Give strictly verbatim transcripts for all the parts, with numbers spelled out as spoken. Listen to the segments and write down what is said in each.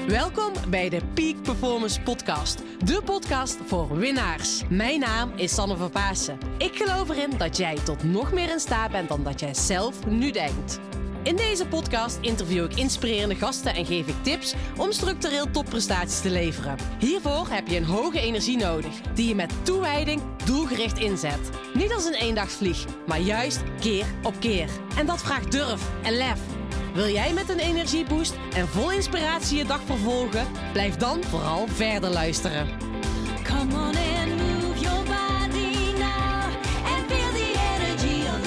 Welkom bij de Peak Performance Podcast. De podcast voor winnaars. Mijn naam is Sanne van Paassen. Ik geloof erin dat jij tot nog meer in staat bent dan dat jij zelf nu denkt. In deze podcast interview ik inspirerende gasten en geef ik tips om structureel topprestaties te leveren. Hiervoor heb je een hoge energie nodig, die je met toewijding doelgericht inzet. Niet als een eendagsvlieg, maar juist keer op keer. En dat vraagt durf en lef. Wil jij met een energieboost en vol inspiratie je dag vervolgen? Blijf dan vooral verder luisteren. Come on and move your body now and feel the energy of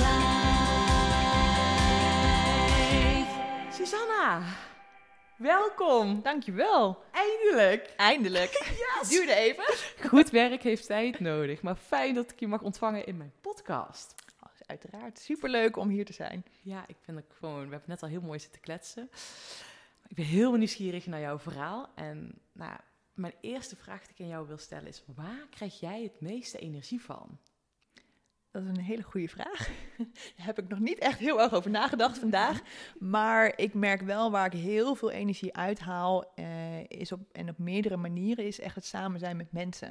life. Susanna, welkom. Dankjewel. Eindelijk. Eindelijk. Yes. Duurde even. Goed werk heeft tijd nodig, maar fijn dat ik je mag ontvangen in mijn podcast. Uiteraard superleuk om hier te zijn. Ja, ik vind het gewoon... We hebben net al heel mooi zitten kletsen. Ik ben heel nieuwsgierig naar jouw verhaal. En nou, mijn eerste vraag die ik aan jou wil stellen is... Waar krijg jij het meeste energie van? Dat is een hele goede vraag. Daar heb ik nog niet echt heel erg over nagedacht vandaag. Maar ik merk wel waar ik heel veel energie uithaal... Uh, is op, en op meerdere manieren is echt het samen zijn met mensen...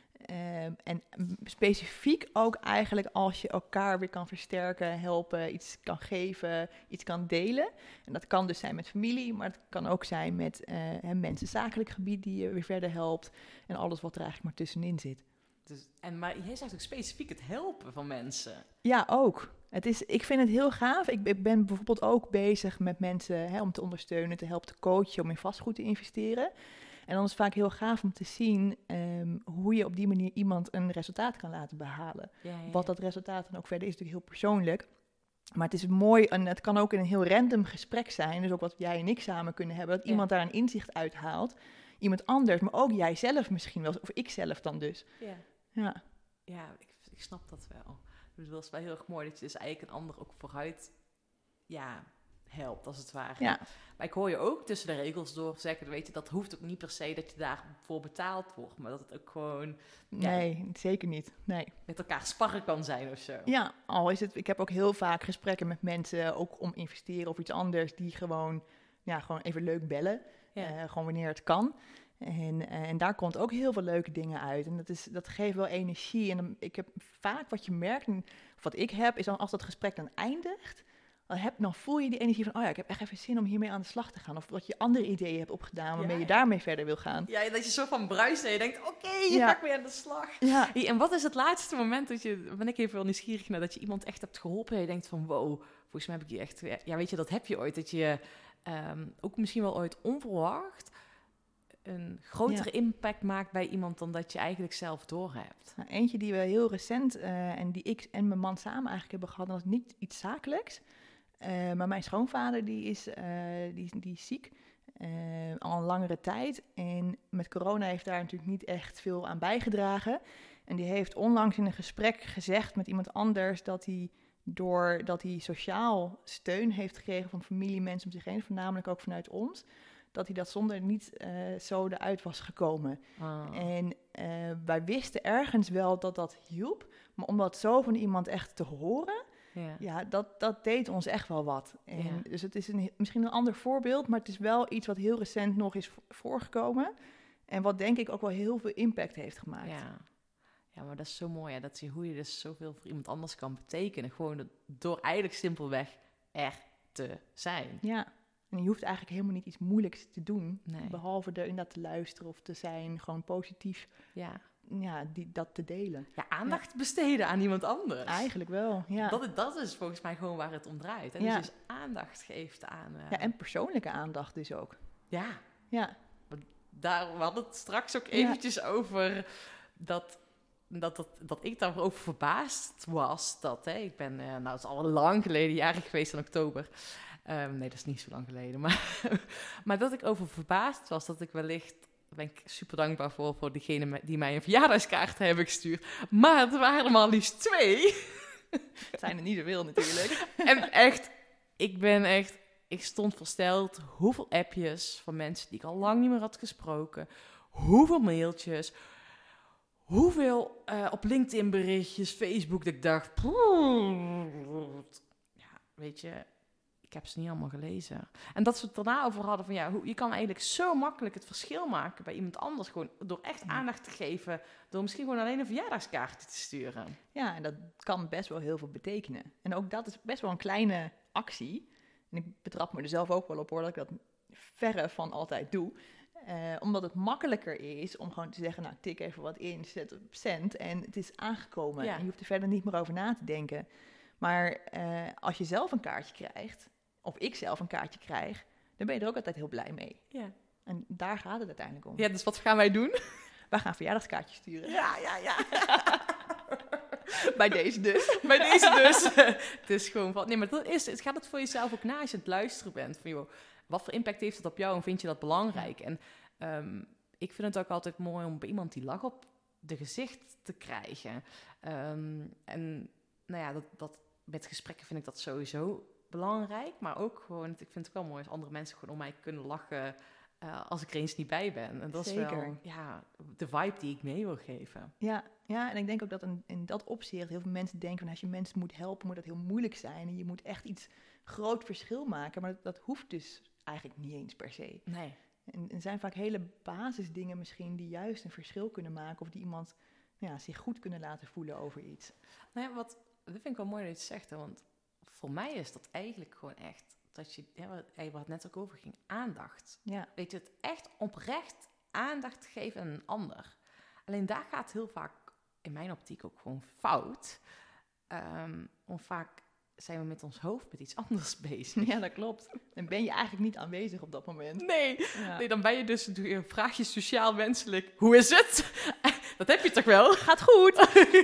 Uh, en specifiek ook eigenlijk als je elkaar weer kan versterken, helpen, iets kan geven, iets kan delen. En dat kan dus zijn met familie, maar het kan ook zijn met uh, mensen zakelijk gebied die je weer verder helpt. En alles wat er eigenlijk maar tussenin zit. Dus, en, maar jij zegt ook specifiek het helpen van mensen. Ja, ook. Het is, ik vind het heel gaaf. Ik, ik ben bijvoorbeeld ook bezig met mensen hè, om te ondersteunen, te helpen, te coachen, om in vastgoed te investeren. En dan is het vaak heel gaaf om te zien um, hoe je op die manier iemand een resultaat kan laten behalen. Ja, ja, ja. Wat dat resultaat dan ook verder is, natuurlijk heel persoonlijk. Maar het is mooi en het kan ook in een heel random gesprek zijn. Dus ook wat jij en ik samen kunnen hebben. Dat ja. iemand daar een inzicht uithaalt. Iemand anders, maar ook jijzelf misschien wel. Of ikzelf dan dus. Ja, ja. ja ik, ik snap dat wel. Dus dat is wel heel erg mooi dat je dus eigenlijk een ander ook vooruit... ja. helpt, als het ware. Ja. Maar ik hoor je ook tussen de regels door zeggen, weet je, dat hoeft ook niet per se dat je daarvoor betaald wordt, maar dat het ook gewoon... Nee, ja, zeker niet. Nee. met elkaar sparren kan zijn of zo. Ja, al is het... Ik heb ook heel vaak gesprekken met mensen, ook om investeren of iets anders, die gewoon, ja, gewoon even leuk bellen. Ja. Uh, gewoon wanneer het kan. En, uh, en daar komt ook heel veel leuke dingen uit. En dat, is, dat geeft wel energie. En dan, ik heb vaak wat je merkt, en wat ik heb, is dan als dat gesprek dan eindigt, Dan, heb, dan voel je die energie van, oh ja, ik heb echt even zin om hiermee aan de slag te gaan. Of dat je andere ideeën hebt opgedaan waarmee ja, je daarmee verder wil gaan. Ja, dat je zo van bruist en je denkt, oké, okay, je ja. gaat weer aan de slag. Ja. Hey, en wat is het laatste moment dat je, ben ik even wel nieuwsgierig naar, dat je iemand echt hebt geholpen en je denkt van, wow, volgens mij heb ik die echt, ja, weet je, dat heb je ooit. Dat je um, ook misschien wel ooit onverwacht een grotere ja. impact maakt bij iemand dan dat je eigenlijk zelf doorhebt. Nou, eentje die we heel recent uh, en die ik en mijn man samen eigenlijk hebben gehad, dat was niet iets zakelijks. Uh, maar mijn schoonvader die is, uh, die, die is ziek, uh, al een langere tijd. En met corona heeft daar natuurlijk niet echt veel aan bijgedragen. En die heeft onlangs in een gesprek gezegd met iemand anders dat hij, doordat hij sociaal steun heeft gekregen van familie, mensen om zich heen, voornamelijk ook vanuit ons, dat hij dat zonder niet uh, zo eruit was gekomen. Oh. En uh, wij wisten ergens wel dat dat hielp, maar om dat zo van iemand echt te horen, ja, ja dat, dat deed ons echt wel wat. En ja. Dus het is een, misschien een ander voorbeeld, maar het is wel iets wat heel recent nog is voorgekomen. En wat denk ik ook wel heel veel impact heeft gemaakt. Ja, ja, maar dat is zo mooi. Ja, dat zie je hoe je dus zoveel voor iemand anders kan betekenen. Gewoon door eigenlijk simpelweg er te zijn. Ja. En je hoeft eigenlijk helemaal niet iets moeilijks te doen. Nee. Behalve er inderdaad te luisteren of te zijn. Gewoon positief ja. Ja, die, dat te delen. Ja, aandacht ja. besteden aan iemand anders. Eigenlijk wel, ja. Dat, dat is volgens mij gewoon waar het om draait. En ja. dus, dus aandacht geeft aan... Uh... Ja, en persoonlijke aandacht dus ook. Ja. Ja. Daar, we hadden het straks ook eventjes ja. over dat... Dat, dat, dat ik daarover verbaasd was. Dat, hè, ik ben, uh, nou het is al lang geleden, jarig geweest in oktober. Um, nee, dat is niet zo lang geleden. Maar, maar dat ik over verbaasd was, dat ik wellicht, daar ben ik super dankbaar voor, voor diegene die mij een verjaardagskaart hebben gestuurd. Maar het waren er maar liefst twee. Het zijn er niet zoveel natuurlijk. En echt, ik ben echt, ik stond versteld hoeveel appjes van mensen die ik al lang niet meer had gesproken. Hoeveel mailtjes. Hoeveel uh, op LinkedIn berichtjes, Facebook, dat ik dacht... Ja, weet je... ik heb ze niet allemaal gelezen. En dat we het daarna over hadden van ja, hoe, je kan eigenlijk zo makkelijk het verschil maken bij iemand anders. Gewoon door echt aandacht te geven. Door misschien gewoon alleen een verjaardagskaartje te sturen. Ja, en dat kan best wel heel veel betekenen. En ook dat is best wel een kleine actie. En ik betrap me er zelf ook wel op hoor, dat ik dat verre van altijd doe. Uh, omdat het makkelijker is om gewoon te zeggen, nou, tik even wat in, zet op cent en het is aangekomen. Ja. En je hoeft er verder niet meer over na te denken. Maar uh, als je zelf een kaartje krijgt, of ik zelf een kaartje krijg, dan ben je er ook altijd heel blij mee. Ja. En daar gaat het uiteindelijk om. Ja, dus wat gaan wij doen? Wij gaan verjaardagskaartjes sturen. Ja, ja, ja. Bij deze dus. Bij deze dus. Het is gewoon van... Nee, maar dat is, het gaat het voor jezelf ook na als je het luisteren bent. Van, joh, wat voor impact heeft het op jou en vind je dat belangrijk? En um, ik vind het ook altijd mooi om bij iemand die lach op de gezicht te krijgen. Um, en nou ja, dat, dat, met gesprekken vind ik dat sowieso belangrijk. Maar ook gewoon, ik vind het wel mooi als andere mensen gewoon om mij kunnen lachen uh, als ik er eens niet bij ben. En dat Zeker. is wel ja, de vibe die ik mee wil geven. Ja, ja, en ik denk ook dat in, in dat opzicht heel veel mensen denken van als je mensen moet helpen, moet dat heel moeilijk zijn. En je moet echt iets groot verschil maken. Maar dat, dat hoeft dus eigenlijk niet eens per se. Nee. En er zijn vaak hele basisdingen misschien die juist een verschil kunnen maken. Of die iemand ja, zich goed kunnen laten voelen over iets. Nou ja, wat, dat vind ik wel mooi dat je het zegt. Hè, want voor mij is dat eigenlijk gewoon echt dat je, ja, waar het net ook over ging, aandacht. Ja. Weet je, het echt oprecht aandacht geven aan een ander. Alleen daar gaat heel vaak in mijn optiek ook gewoon fout. Um, om vaak zijn we met ons hoofd met iets anders bezig. Ja, dat klopt. Dan ben je eigenlijk niet aanwezig op dat moment. Nee, ja. nee dan ben je dus, vraag je sociaal wenselijk, hoe is het? Dat heb je toch wel? Gaat goed.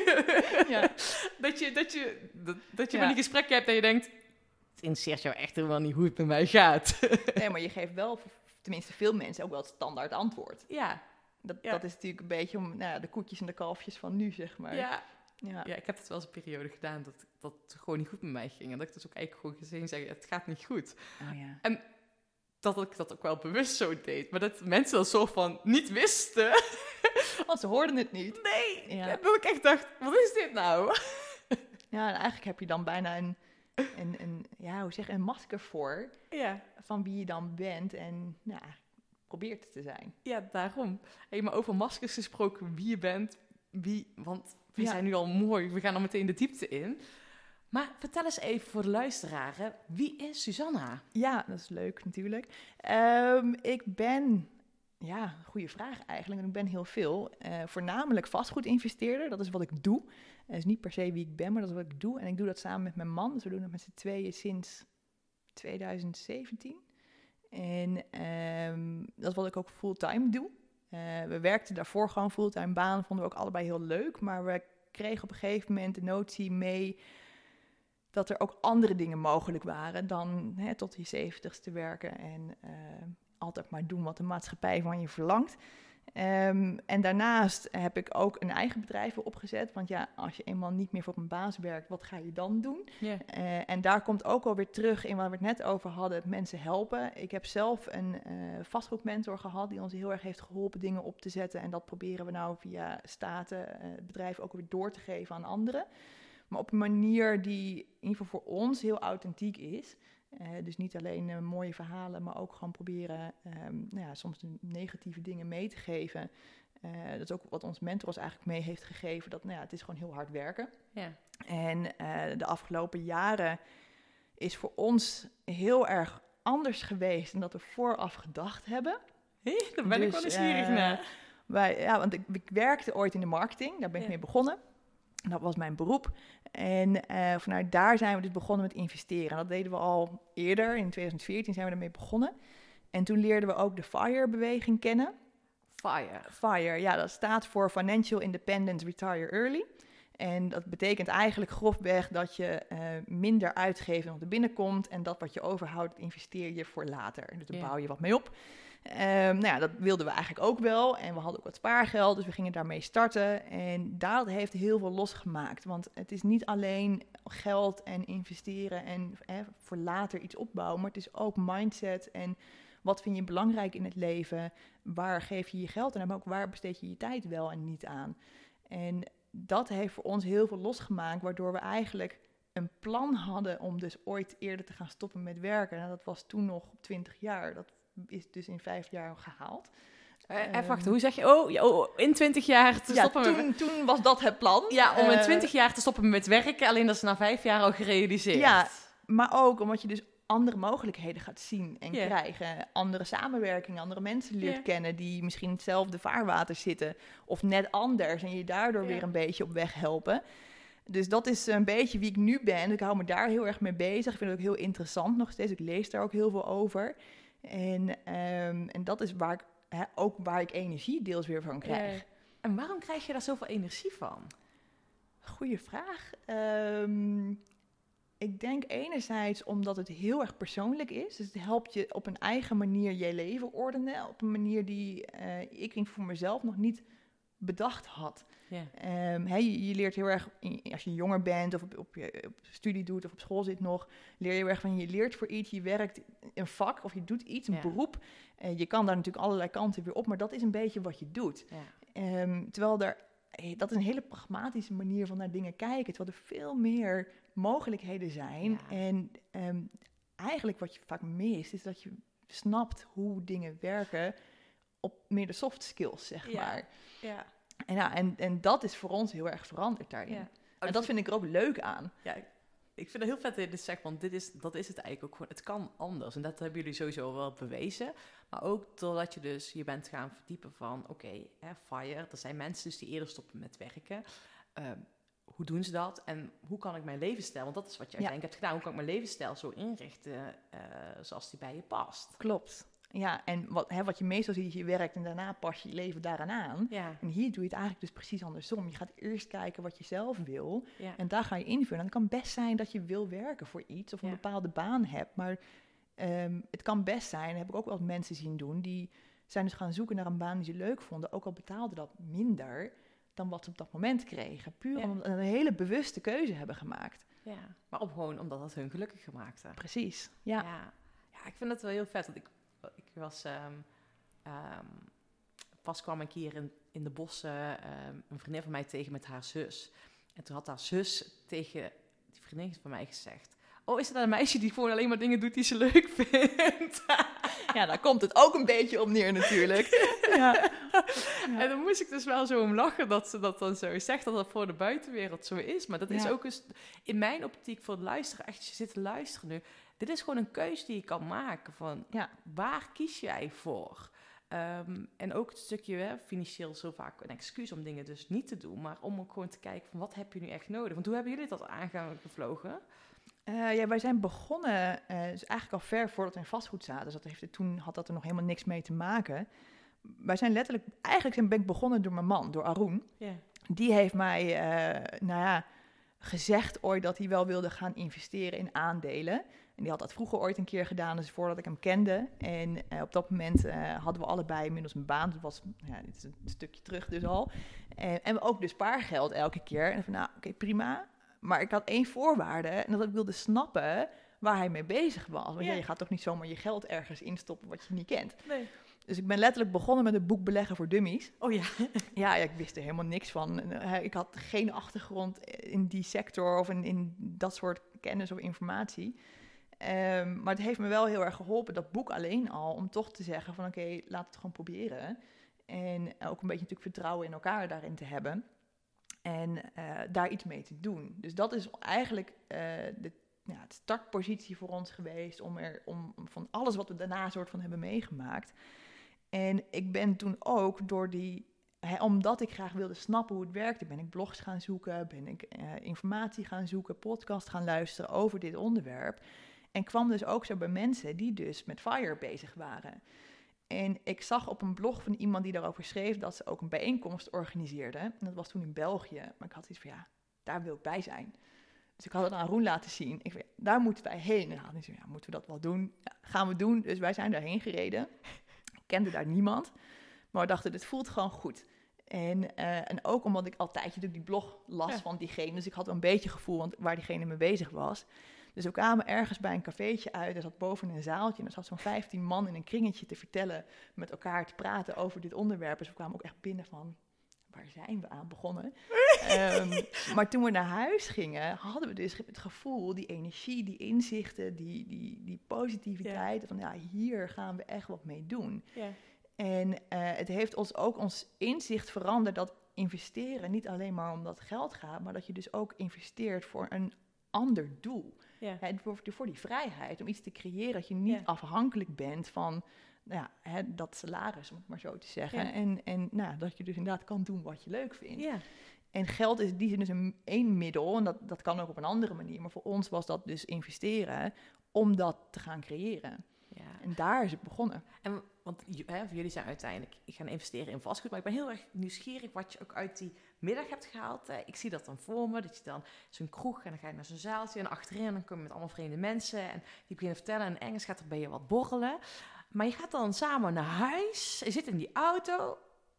ja. Dat je, dat je, dat, dat je ja. van die gesprekken hebt en je denkt, het interesseert jou echt helemaal niet hoe het met mij gaat. Nee, maar je geeft wel, tenminste veel mensen, ook wel het standaard antwoord. Ja. Dat, ja. dat is natuurlijk een beetje om nou ja, de koetjes en de kalfjes van nu, zeg maar. Ja. Ja. ja, ik heb het wel eens een periode gedaan dat, dat het gewoon niet goed met mij ging. En dat ik dus ook eigenlijk gewoon gezien zei, het gaat niet goed. Oh, ja. En dat ik dat ook wel bewust zo deed. Maar dat mensen dat soort van niet wisten. Want ze hoorden het niet. Nee, ja. En dat ik echt dacht, wat is dit nou? Ja, en eigenlijk heb je dan bijna een, een, een, ja, hoe zeg je, een masker voor. Ja. Van wie je dan bent en nou, probeert het te zijn. Ja, daarom. Hey, maar over maskers gesproken, wie je bent, wie, want we ja. zijn nu al mooi, we gaan dan meteen de diepte in. Maar vertel eens even voor de luisteraren, wie is Susanna? Ja, dat is leuk natuurlijk. Um, ik ben, ja, goede vraag eigenlijk, ik ben heel veel. Uh, voornamelijk vastgoedinvesteerder, dat is wat ik doe. Dat is niet per se wie ik ben, maar dat is wat ik doe. En ik doe dat samen met mijn man, dus we doen dat met z'n tweeën sinds twintig zeventien. En um, dat is wat ik ook fulltime doe. Uh, we werkten daarvoor gewoon fulltime baan, vonden we ook allebei heel leuk. Maar we kregen op een gegeven moment de notie mee dat er ook andere dingen mogelijk waren dan hè, tot je zeventigste werken en uh, altijd maar doen wat de maatschappij van je verlangt. Um, en daarnaast heb ik ook een eigen bedrijf opgezet. Want ja, als je eenmaal niet meer voor een baas werkt, wat ga je dan doen? Yeah. Uh, en daar komt ook alweer terug in waar we het net over hadden, mensen helpen. Ik heb zelf een uh, vastgoedmentor gehad die ons heel erg heeft geholpen dingen op te zetten. En dat proberen we nou via staten, uh, het bedrijf ook weer door te geven aan anderen. Maar op een manier die in ieder geval voor ons heel authentiek is. Uh, dus niet alleen uh, mooie verhalen, maar ook gewoon proberen um, nou ja, soms de negatieve dingen mee te geven. Uh, dat is ook wat ons mentor ons eigenlijk mee heeft gegeven. Dat nou ja, het is gewoon heel hard werken. Ja. En uh, de afgelopen jaren is voor ons heel erg anders geweest dan dat we vooraf gedacht hebben. Hé, daar ben dus, ik wel nieuwsgierig uh, naar. Wij, ja, want ik, ik werkte ooit in de marketing, daar ben ik ja. mee begonnen. Dat was mijn beroep. En uh, vanuit daar zijn we dus begonnen met investeren. Dat deden we al eerder. In twintig veertien zijn we ermee begonnen. En toen leerden we ook de FIRE-beweging kennen. FIRE? FIRE, ja, dat staat voor Financial Independence Retire Early. En dat betekent eigenlijk grofweg dat je uh, minder uitgeeft dan wat er binnenkomt. En dat wat je overhoudt, investeer je voor later. Dus daar yeah. bouw je wat mee op. Um, nou ja, dat wilden we eigenlijk ook wel. En we hadden ook wat spaargeld, dus we gingen daarmee starten. En dat heeft heel veel losgemaakt. Want het is niet alleen geld en investeren en hè, voor later iets opbouwen. Maar het is ook mindset en wat vind je belangrijk in het leven? Waar geef je je geld aan, maar ook waar besteed je je tijd wel en niet aan? En dat heeft voor ons heel veel losgemaakt, waardoor we eigenlijk een plan hadden om dus ooit eerder te gaan stoppen met werken. Nou, dat was toen nog op twintig jaar. Dat is dus in vijf jaar gehaald. Uh, Um, even wachten, hoe zeg je? Oh, ja, oh in twintig jaar te ja, stoppen toen, met... toen was dat het plan. Ja, om in Uh, twintig jaar te stoppen met werken. Alleen dat is na vijf jaar al gerealiseerd. Ja, maar ook omdat je dus andere mogelijkheden gaat zien en Yeah. krijgen. Andere samenwerkingen, andere mensen leert Yeah. kennen die misschien in hetzelfde vaarwater zitten. Of net anders en je daardoor Yeah. weer een beetje op weg helpen. Dus dat is een beetje wie ik nu ben. Ik hou me daar heel erg mee bezig. Ik vind het ook heel interessant nog steeds. Ik lees daar ook heel veel over. En, um, en dat is waar ik, hè, ook waar ik energie deels weer van krijg. Ja. En waarom krijg je daar zoveel energie van? Goeie vraag. Um, ik denk enerzijds omdat het heel erg persoonlijk is. Dus het helpt je op een eigen manier je leven ordenen. Op een manier die uh, ik voor mezelf nog niet bedacht had. Yeah. Um, hey, je, je leert heel erg, als je jonger bent of op, op je op studie doet of op school zit nog, leer je heel erg van je leert voor iets, je werkt een vak of je doet iets, een yeah. beroep. Uh, je kan daar natuurlijk allerlei kanten weer op, maar dat is een beetje wat je doet. Yeah. Um, terwijl er, hey, dat is een hele pragmatische manier van naar dingen kijken, terwijl er veel meer mogelijkheden zijn. Yeah. En um, eigenlijk wat je vaak mist, is dat je snapt hoe dingen werken op meer de soft skills, zeg yeah. maar. Ja. En, ja, en, en dat is voor ons heel erg veranderd daarin. Ja. En dat vind ik er ook leuk aan. Ja, ik vind het heel vet dat je dit zegt, want dit is, dat is het eigenlijk ook gewoon. Het kan anders. En dat hebben jullie sowieso wel bewezen. Maar ook doordat je dus je bent gaan verdiepen van, oké, okay, FIRE, er zijn mensen dus die eerder stoppen met werken. Um, hoe doen ze dat? En hoe kan ik mijn levensstijl, want dat is wat je uiteindelijk ja. hebt gedaan, hoe kan ik mijn levensstijl zo inrichten uh, zoals die bij je past? Klopt. Ja, en wat, hè, wat je meestal ziet is je werkt en daarna pas je je leven daaraan aan. Ja. En hier doe je het eigenlijk dus precies andersom. Je gaat eerst kijken wat je zelf wil ja. en daar ga je invullen. En het kan best zijn dat je wil werken voor iets of een ja. bepaalde baan hebt. Maar um, het kan best zijn, dat heb ik ook wel eens mensen zien doen, die zijn dus gaan zoeken naar een baan die ze leuk vonden, ook al betaalde dat minder dan wat ze op dat moment kregen. Puur ja. omdat ze een hele bewuste keuze hebben gemaakt. Ja, maar op gewoon omdat dat hun gelukkig gemaakt heeft. Precies, ja. ja. Ja, ik vind het wel heel vet, want ik Ik was, um, um, pas kwam ik hier in, in de bossen um, een vriendin van mij tegen met haar zus. En toen had haar zus tegen die vriendin van mij gezegd, oh, is er dan een meisje die gewoon alleen maar dingen doet die ze leuk vindt? Ja, daar komt het ook een beetje op neer natuurlijk. Ja. Ja. En dan moest ik dus wel zo om lachen dat ze dat dan zo zegt, dat dat voor de buitenwereld zo is. Maar dat ja. is ook eens, in mijn optiek voor het luisteren, echt, je zit te luisteren nu. Dit is gewoon een keuze die je kan maken van, ja. waar kies jij voor? Um, en ook het stukje hè, financieel zo vaak een excuus om dingen dus niet te doen, maar om ook gewoon te kijken van, wat heb je nu echt nodig? Want hoe hebben jullie dat aangevlogen? Uh, ja, wij zijn begonnen, uh, dus eigenlijk al ver voordat we in vastgoed zaten. Dus dat heeft, toen had dat er nog helemaal niks mee te maken. Wij zijn letterlijk, eigenlijk ben ik begonnen door mijn man, door Arun. Yeah. Die heeft mij, uh, nou ja, gezegd ooit dat hij wel wilde gaan investeren in aandelen. En die had dat vroeger ooit een keer gedaan, dus voordat ik hem kende. En uh, op dat moment uh, hadden we allebei inmiddels een baan. Dat was, ja, dit is een stukje terug dus al. En, en we ook dus spaargeld elke keer. En van, nou, oké, okay, prima. Maar ik had één voorwaarde en dat ik wilde snappen waar hij mee bezig was. Want ja. Ja, je gaat toch niet zomaar je geld ergens instoppen wat je niet kent. Nee. Dus ik ben letterlijk begonnen met een boek Beleggen voor Dummies. Oh ja. Ja, ja, ik wist er helemaal niks van. Ik had geen achtergrond in die sector of in, in dat soort kennis of informatie. Um, maar het heeft me wel heel erg geholpen, dat boek alleen al, om toch te zeggen van oké, okay, laat het gewoon proberen. En ook een beetje natuurlijk vertrouwen in elkaar daarin te hebben. En uh, daar iets mee te doen. Dus dat is eigenlijk uh, de ja, het startpositie voor ons geweest, om er om van alles wat we daarna soort van hebben meegemaakt. En ik ben toen ook door die, hè, omdat ik graag wilde snappen hoe het werkte, ben ik blogs gaan zoeken, ben ik uh, informatie gaan zoeken, podcast gaan luisteren over dit onderwerp. En kwam dus ook zo bij mensen die dus met FIRE bezig waren. En ik zag op een blog van iemand die daarover schreef dat ze ook een bijeenkomst organiseerde. En dat was toen in België. Maar ik had iets van, ja, daar wil ik bij zijn. Dus ik had het aan Arun laten zien. Ik zei, daar moeten wij heen. En hij zei, ja, moeten we dat wel doen? Ja, gaan we doen. Dus wij zijn daarheen gereden. Ik kende daar niemand. Maar we dachten, dit voelt gewoon goed. En, uh, en ook omdat ik altijd natuurlijk die blog las ja. van diegene. Dus ik had wel een beetje gevoel waar diegene mee bezig was. Dus we kwamen ergens bij een cafeetje uit. Er zat boven een zaaltje. En er zat zo'n vijftien man in een kringetje te vertellen, met elkaar te praten over dit onderwerp. Dus we kwamen ook echt binnen van, waar zijn we aan begonnen? um, maar toen we naar huis gingen, hadden we dus het gevoel, die energie, die inzichten, die, die, die positiviteit. Ja. Van ja, hier gaan we echt wat mee doen. Ja. En uh, het heeft ons ook ons inzicht veranderd dat investeren niet alleen maar om dat geld gaat, maar dat je dus ook investeert voor een ander doel. Ja. He, voor, voor die vrijheid, om iets te creëren dat je niet ja. afhankelijk bent van nou ja, he, dat salaris, om het maar zo te zeggen. Ja. En, en nou, dat je dus inderdaad kan doen wat je leuk vindt. Ja. En geld is in die zin dus een, één middel, en dat, dat kan ook op een andere manier. Maar voor ons was dat dus investeren om dat te gaan creëren. Ja. En daar is het begonnen. En, want hè, voor jullie zijn uiteindelijk gaan investeren in vastgoed. Maar ik ben heel erg nieuwsgierig wat je ook uit die middag hebt gehaald. Hè. Ik zie dat dan voor me, dat je dan zo'n kroeg en dan ga je naar zo'n zaaltje. En achterin dan kom je met allemaal vreemde mensen. En die beginnen vertellen in Engels, gaat er bij je wat borrelen. Maar je gaat dan samen naar huis, je zit in die auto.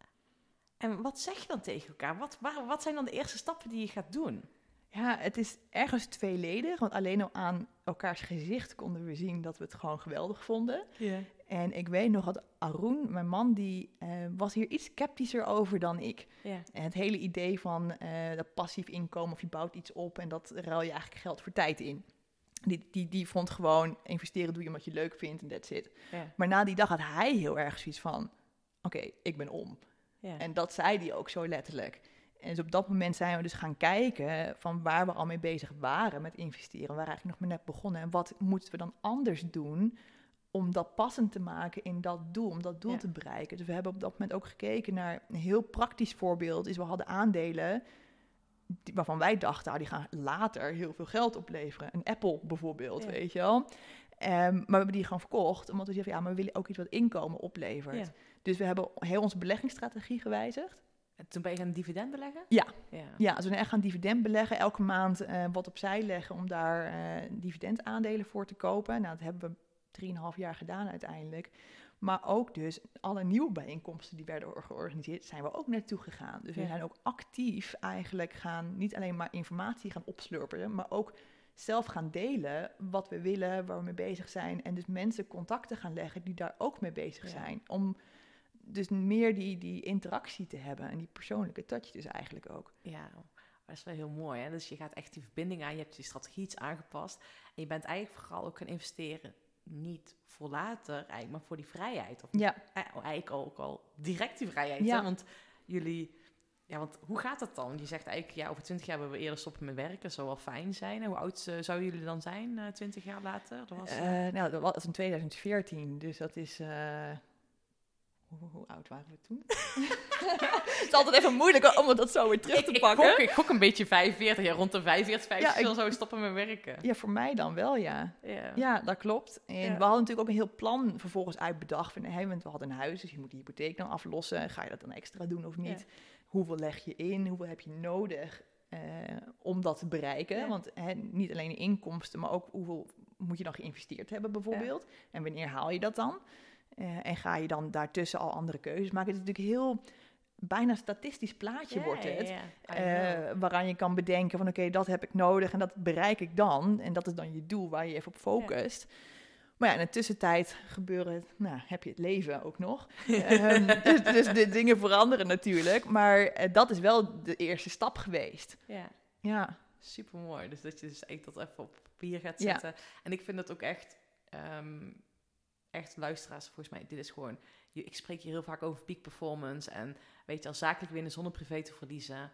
En wat zeg je dan tegen elkaar? Wat, waar, wat zijn dan de eerste stappen die je gaat doen? Ja, het is ergens tweeledig, want alleen al aan elkaars gezicht konden we zien dat we het gewoon geweldig vonden. Yeah. En ik weet nog dat Arun, mijn man, die uh, was hier iets sceptischer over dan ik. Yeah. En het hele idee van uh, dat passief inkomen, of je bouwt iets op en dat ruil je eigenlijk geld voor tijd in. Die, die, die vond gewoon, investeren doe je wat je leuk vindt en that's it. Yeah. Maar na die dag had hij heel erg zoiets van, oké, okay, ik ben om. Yeah. En dat zei hij ook zo letterlijk. En dus op dat moment zijn we dus gaan kijken van waar we al mee bezig waren met investeren. We waren eigenlijk nog maar net begonnen. En wat moeten we dan anders doen om dat passend te maken in dat doel, om dat doel ja. te bereiken. Dus we hebben op dat moment ook gekeken naar een heel praktisch voorbeeld. Is we hadden aandelen die, waarvan wij dachten, ah, die gaan later heel veel geld opleveren. Een Apple bijvoorbeeld, ja. weet je wel. Um, maar we hebben die gewoon verkocht, omdat we zeiden, ja, maar we willen ook iets wat inkomen oplevert. Ja. Dus we hebben heel onze beleggingsstrategie gewijzigd. En toen ben je gaan dividend beleggen? Ja, ja. ja dus we echt gaan dividend beleggen. Elke maand uh, wat opzij leggen om daar uh, dividendaandelen voor te kopen. Nou, dat hebben we drieënhalf jaar gedaan uiteindelijk. Maar ook dus alle nieuwe bijeenkomsten die werden georganiseerd, zijn we ook naartoe gegaan. Dus ja. we zijn ook actief eigenlijk gaan, niet alleen maar informatie gaan opslurpen, maar ook zelf gaan delen wat we willen, waar we mee bezig zijn. En dus mensen contacten gaan leggen die daar ook mee bezig ja. zijn. Om dus meer die, die interactie te hebben en die persoonlijke touch dus eigenlijk ook. Ja, dat is wel heel mooi. Hè? Dus je gaat echt die verbinding aan, je hebt die strategie iets aangepast. En je bent eigenlijk vooral ook gaan investeren, niet voor later eigenlijk, maar voor die vrijheid. Of ja. eigenlijk ook al direct die vrijheid. Ja. Hè? Want jullie, ja, want hoe gaat dat dan? Je zegt eigenlijk, ja, over twintig jaar willen we eerder stoppen met werken. Dat zou wel fijn zijn. En hoe oud uh, zouden jullie dan zijn, uh, twintig jaar later? Dat was, uh... Uh, nou, dat was in tweeduizend veertien, dus dat is... Uh... Hoe, hoe oud waren we toen? Het is altijd even moeilijk om dat zo weer terug ik, te ik pakken. Gok, ik gok een beetje vijfenveertig, ja, rond de vijfenveertig, vijfenveertig ja, zou je stoppen met werken. Ja, voor mij dan wel, ja. Yeah. Ja, dat klopt. En yeah. we hadden natuurlijk ook een heel plan vervolgens uitbedacht. Van, hey, want we hadden een huis, dus je moet de hypotheek dan aflossen. Ga je dat dan extra doen of niet? Yeah. Hoeveel leg je in? Hoeveel heb je nodig uh, om dat te bereiken? Yeah. Want hè, niet alleen de inkomsten, maar ook hoeveel moet je dan geïnvesteerd hebben bijvoorbeeld? Yeah. En wanneer haal je dat dan? Uh, en ga je dan daartussen al andere keuzes maken? Het is natuurlijk heel, bijna statistisch plaatje yeah, wordt het. Yeah, uh, waaraan je kan bedenken van oké, okay, dat heb ik nodig en dat bereik ik dan. En dat is dan je doel waar je even op focust. Yeah. Maar ja, in de tussentijd gebeuren, nou, heb je het leven ook nog. um, dus, dus de dingen veranderen natuurlijk. Maar uh, dat is wel de eerste stap geweest. Yeah. Ja, supermooi. Dus dat je dus echt dat even op papier gaat zetten. Ja. En ik vind dat ook echt... Um, echt luisteraars, volgens mij, dit is gewoon... Ik spreek hier heel vaak over peak performance en weet je, als zakelijk winnen zonder privé te verliezen.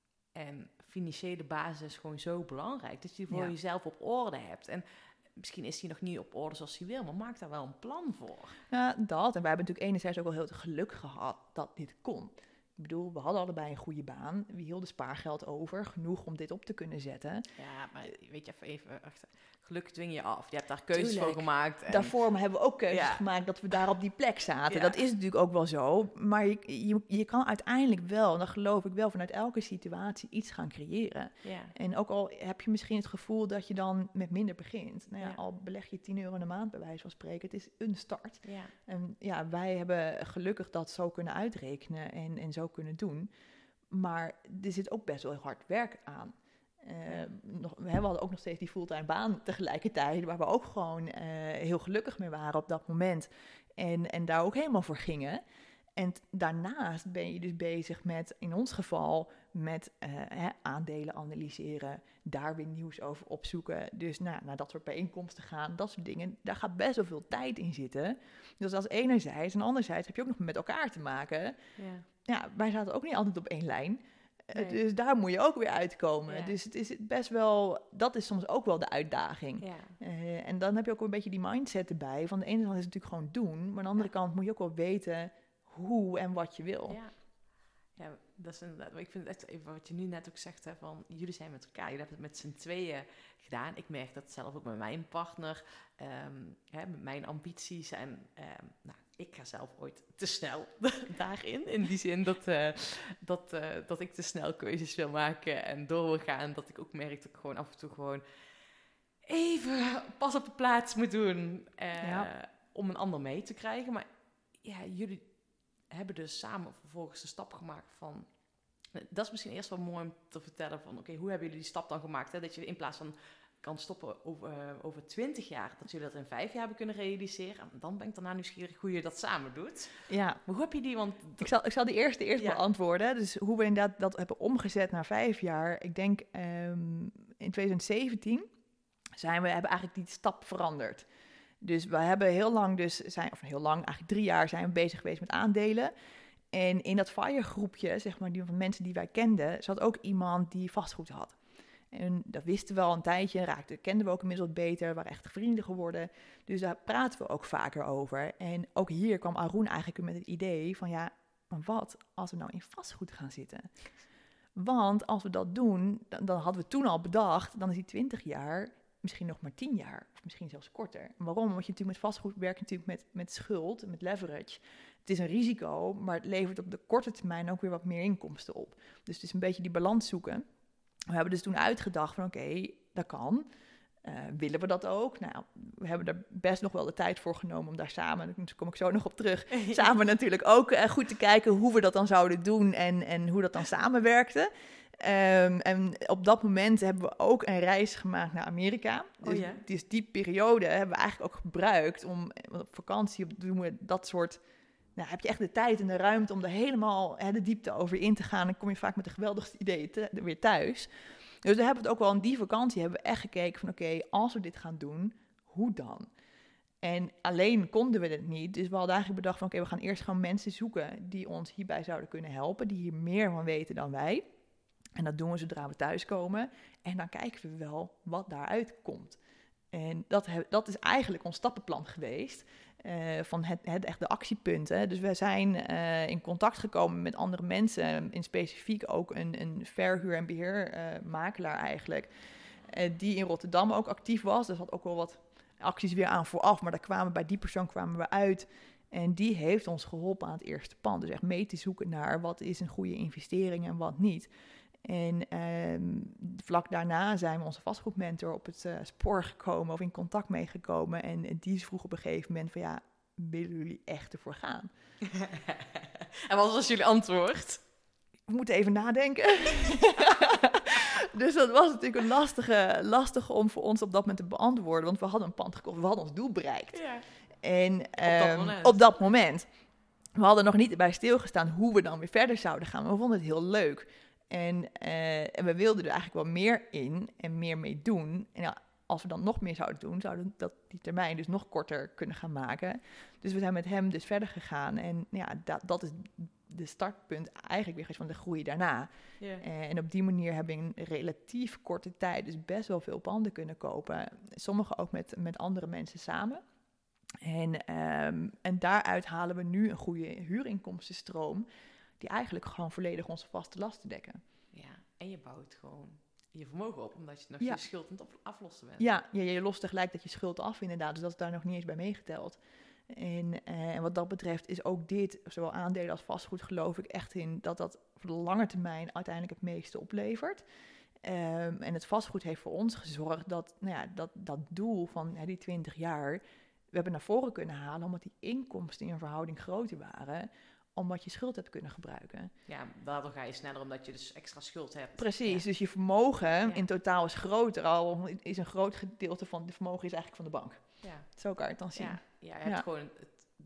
En financiële basis is gewoon zo belangrijk, dat je die voor ja. jezelf op orde hebt. En misschien is die nog niet op orde zoals je wil, maar maak daar wel een plan voor. Ja, dat. En wij hebben natuurlijk enerzijds ook wel heel veel geluk gehad dat dit kon. Ik bedoel, we hadden allebei een goede baan. We hielden spaargeld over, genoeg om dit op te kunnen zetten. Ja, maar weet je, even, even achter. Geluk dwing je af. Je hebt daar keuzes Tuurlijk. voor gemaakt. En... Daarvoor hebben we ook keuzes ja. gemaakt dat we daar op die plek zaten. Ja. Dat is natuurlijk ook wel zo. Maar je, je, je kan uiteindelijk wel, en dat geloof ik wel, vanuit elke situatie iets gaan creëren. Ja. En ook al heb je misschien het gevoel dat je dan met minder begint. Nou ja, ja. al beleg je tien euro in de maand bij wijze van spreken. Het is een start. Ja. En ja, wij hebben gelukkig dat zo kunnen uitrekenen en, en zo kunnen doen. Maar er zit ook best wel hard werk aan. Uh, ja. nog, we hadden ook nog steeds die fulltime baan tegelijkertijd, waar we ook gewoon uh, heel gelukkig mee waren op dat moment. En, en daar ook helemaal voor gingen. En t- daarnaast ben je dus bezig met, in ons geval, met uh, hè, aandelen analyseren, daar weer nieuws over opzoeken. Dus nou, naar dat soort bijeenkomsten gaan, dat soort dingen. Daar gaat best wel veel tijd in zitten. Dus dat is enerzijds. En anderzijds heb je ook nog met elkaar te maken. Ja. Ja, wij zaten ook niet altijd op één lijn. Uh, Nee. Dus daar moet je ook weer uitkomen. Ja. Dus het is best wel, dat is soms ook wel de uitdaging. Ja. Uh, en dan heb je ook een beetje die mindset erbij. Van de ene kant is het natuurlijk gewoon doen. Maar aan de andere Ja. kant moet je ook wel weten hoe en wat je wil. Ja. Ja, dat is inderdaad. Ik vind het echt even wat je nu net ook zegt, hè, van jullie zijn met elkaar, jullie hebben het met z'n tweeën gedaan. Ik merk dat zelf ook met mijn partner, um, hè, met mijn ambities en um, nou, ik ga zelf ooit te snel daarin. In die zin dat, uh, dat, uh, dat ik te snel keuzes wil maken en door wil gaan. Dat ik ook merk dat ik gewoon af en toe gewoon even pas op de plaats moet doen uh, Ja. om een ander mee te krijgen. Maar ja, jullie hebben dus samen vervolgens de stap gemaakt van... Dat is misschien eerst wel mooi om te vertellen van... Oké, okay, hoe hebben jullie die stap dan gemaakt? Hè? Dat je in plaats van kan stoppen over, uh, over twintig jaar... dat jullie dat in vijf jaar hebben kunnen realiseren. En dan ben ik daarna nieuwsgierig hoe je dat samen doet. Ja. Maar hoe heb je die... Want Ik zal, ik zal die eerste eerst Ja. beantwoorden. Dus hoe we inderdaad dat hebben omgezet naar vijf jaar. Ik denk um, in twintig zeventien zijn we, hebben eigenlijk die stap veranderd. Dus we hebben heel lang, dus zijn, of heel lang, eigenlijk drie jaar zijn we bezig geweest met aandelen. En in dat FIRE groepje, zeg maar, die van mensen die wij kenden, zat ook iemand die vastgoed had. En dat wisten we al een tijdje, raakte, kenden we ook inmiddels wat beter, waren echt vrienden geworden. Dus daar praten we ook vaker over. En ook hier kwam Arun eigenlijk met het idee van ja, maar wat als we nou in vastgoed gaan zitten? Want als we dat doen, dan, dan hadden we toen al bedacht, dan is die twintig jaar misschien nog maar tien jaar, of misschien zelfs korter. En waarom? Want je natuurlijk met vastgoed werkt natuurlijk met, met schuld, met leverage. Het is een risico, maar het levert op de korte termijn ook weer wat meer inkomsten op. Dus het is een beetje die balans zoeken. We hebben dus toen uitgedacht van oké, okay, dat kan. Uh, willen we dat ook? Nou, we hebben er best nog wel de tijd voor genomen om daar samen, daar kom ik zo nog op terug, samen natuurlijk ook uh, goed te kijken hoe we dat dan zouden doen en, en hoe dat dan samenwerkte. Um, en op dat moment hebben we ook een reis gemaakt naar Amerika. Dus, oh ja? dus die periode hebben we eigenlijk ook gebruikt om op vakantie doen we dat soort. Nou, heb je echt de tijd en de ruimte om er helemaal hè, de diepte over in te gaan. Dan kom je vaak met de geweldigste ideeën te, weer thuis. Dus we hebben het ook wel in die vakantie hebben we echt gekeken van oké, okay, als we dit gaan doen, hoe dan? En alleen konden we het niet. Dus we hadden eigenlijk bedacht van oké, okay, we gaan eerst gewoon mensen zoeken die ons hierbij zouden kunnen helpen. Die hier meer van weten dan wij. En dat doen we zodra we thuiskomen. En dan kijken we wel wat daaruit komt. En dat, he, dat is eigenlijk ons stappenplan geweest. Uh, van het, het echt de actiepunten. Dus we zijn uh, in contact gekomen met andere mensen. In specifiek ook een, een verhuur- en beheermakelaar uh, eigenlijk. Uh, die in Rotterdam ook actief was. Dus had ook wel wat acties weer aan vooraf. Maar daar kwamen, bij die persoon kwamen we uit. En die heeft ons geholpen aan het eerste pand. Dus echt mee te zoeken naar wat is een goede investering en wat niet. En um, vlak daarna zijn we onze vastgoedmentor op het uh, spoor gekomen of in contact meegekomen. En, en die vroeg op een gegeven moment van ja, willen jullie echt ervoor gaan? En wat was jullie antwoord? We moeten even nadenken. Dus dat was natuurlijk een lastige, lastige om voor ons op dat moment te beantwoorden. Want we hadden een pand gekocht, we hadden ons doel bereikt. Ja. En um, op, dat moment. op dat moment. We hadden nog niet bij stilgestaan hoe we dan weer verder zouden gaan. Maar we vonden het heel leuk. En, uh, en we wilden er eigenlijk wel meer in en meer mee doen. En ja, als we dan nog meer zouden doen, zouden we dat, die termijn dus nog korter kunnen gaan maken. Dus we zijn met hem dus verder gegaan. En ja, dat, dat is de startpunt eigenlijk weer van de groei daarna. Yeah. Uh, en op die manier hebben we in relatief korte tijd dus best wel veel panden kunnen kopen. Sommige ook met, met andere mensen samen. En, um, en daaruit halen we nu een goede huurinkomstenstroom die eigenlijk gewoon volledig onze vaste lasten dekken. Ja, en je bouwt gewoon je vermogen op, omdat je nog ja. je schuld aan het aflossen bent. Ja, je, je lost tegelijk dat je schuld af inderdaad, dus dat is daar nog niet eens bij meegeteld. En, uh, en wat dat betreft is ook dit, zowel aandelen als vastgoed, geloof ik echt in dat dat voor de lange termijn uiteindelijk het meeste oplevert. Um, en het vastgoed heeft voor ons gezorgd dat, nou ja, dat, dat doel van hè, die twintig jaar, we hebben naar voren kunnen halen, omdat die inkomsten in verhouding groter waren, omdat je schuld hebt kunnen gebruiken. Ja, daardoor ga je sneller, omdat je dus extra schuld hebt. Precies, ja. Dus je vermogen ja. in totaal is groter, al is een groot gedeelte van het vermogen is eigenlijk van de bank. Ja. Zo kan je het dan zien. Ja, ja je hebt ja. gewoon het,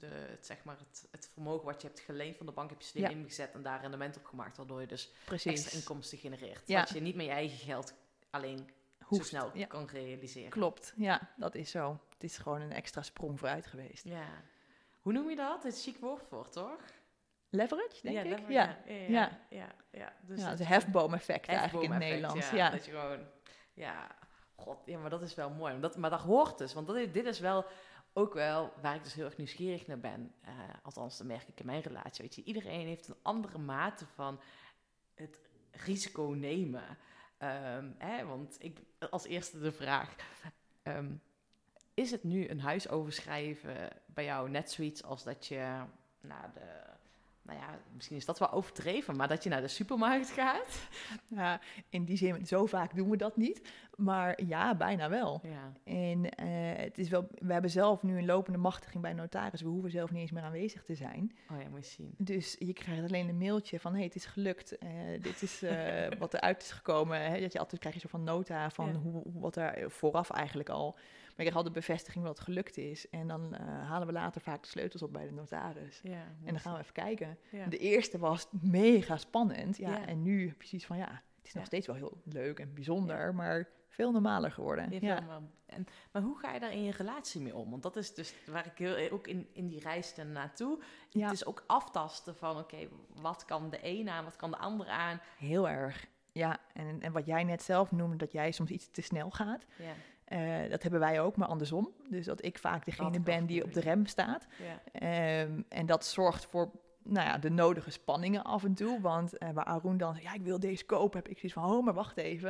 de, het, zeg maar het, het vermogen wat je hebt geleend van de bank heb je slim Ja. ingezet en daar rendement op gemaakt, waardoor je dus Precies. extra inkomsten genereert. Ja. Wat je niet met je eigen geld alleen Hoeft, zo snel ja. kan realiseren. Klopt, ja, dat is zo. Het is gewoon een extra sprong vooruit geweest. Ja. Hoe noem je dat? Het is chic woord voor, toch? Leverage, denk ja, ik? leverage, ja. ja. Ja, ja, Ja. ja, ja. Dus Ja, dat het is je- een hefboom-effect eigenlijk in het hefboom-effect, Nederlands. Ja, Ja, dat je gewoon... Ja, god, ja, maar dat is wel mooi. Dat, maar dat hoort dus, want dat, is- dit is wel ook wel waar ik dus heel erg nieuwsgierig naar ben. Uh, althans, dat merk ik in mijn relatie. Weet je, iedereen heeft een andere mate van het risico nemen. Um, hè, want ik, als eerste de vraag... Um, is het nu een huis overschrijven bij jou net zoiets als dat je naar de... Nou ja, misschien is dat wel overdreven, maar dat je naar de supermarkt gaat? ja, in die zin, zo vaak doen we dat niet. Maar ja, bijna wel. Ja. En uh, het is wel, we hebben zelf nu een lopende machtiging bij notaris. We hoeven zelf niet eens meer aanwezig te zijn. Oh ja, moet je zien. Dus je krijgt alleen een mailtje van, hey, het is gelukt. Uh, dit is uh, wat eruit is gekomen. Hè? Dat je altijd krijg je zo van nota van Ja. hoe, wat er vooraf eigenlijk al... Maar je krijgt altijd bevestiging dat het gelukt is. En dan uh, halen we later vaak de sleutels op bij de notaris. Ja, en dan gaan we even kijken. Ja. De eerste was mega spannend. Ja, Ja. En nu heb je zoiets van, ja, het is nog Ja. steeds wel heel leuk en bijzonder. Ja. Maar veel normaler geworden. Ja, Ja. veel maar, en, maar hoe ga je daar in je relatie mee om? Want dat is dus waar ik heel, ook in, in die reis naartoe... Ja. Het is ook aftasten van, oké, okay, wat kan de een aan, wat kan de ander aan? Heel erg. Ja, en, en wat jij net zelf noemde, dat jij soms iets te snel gaat... Ja. Uh, dat hebben wij ook, maar andersom. Dus dat ik vaak degene ik ben die op de rem staat. Ja. Um, en dat zorgt voor nou ja, de nodige spanningen af en toe. Want uh, waar Arun dan zegt, ja, ik wil deze kopen, heb ik zoiets van, oh, maar wacht even.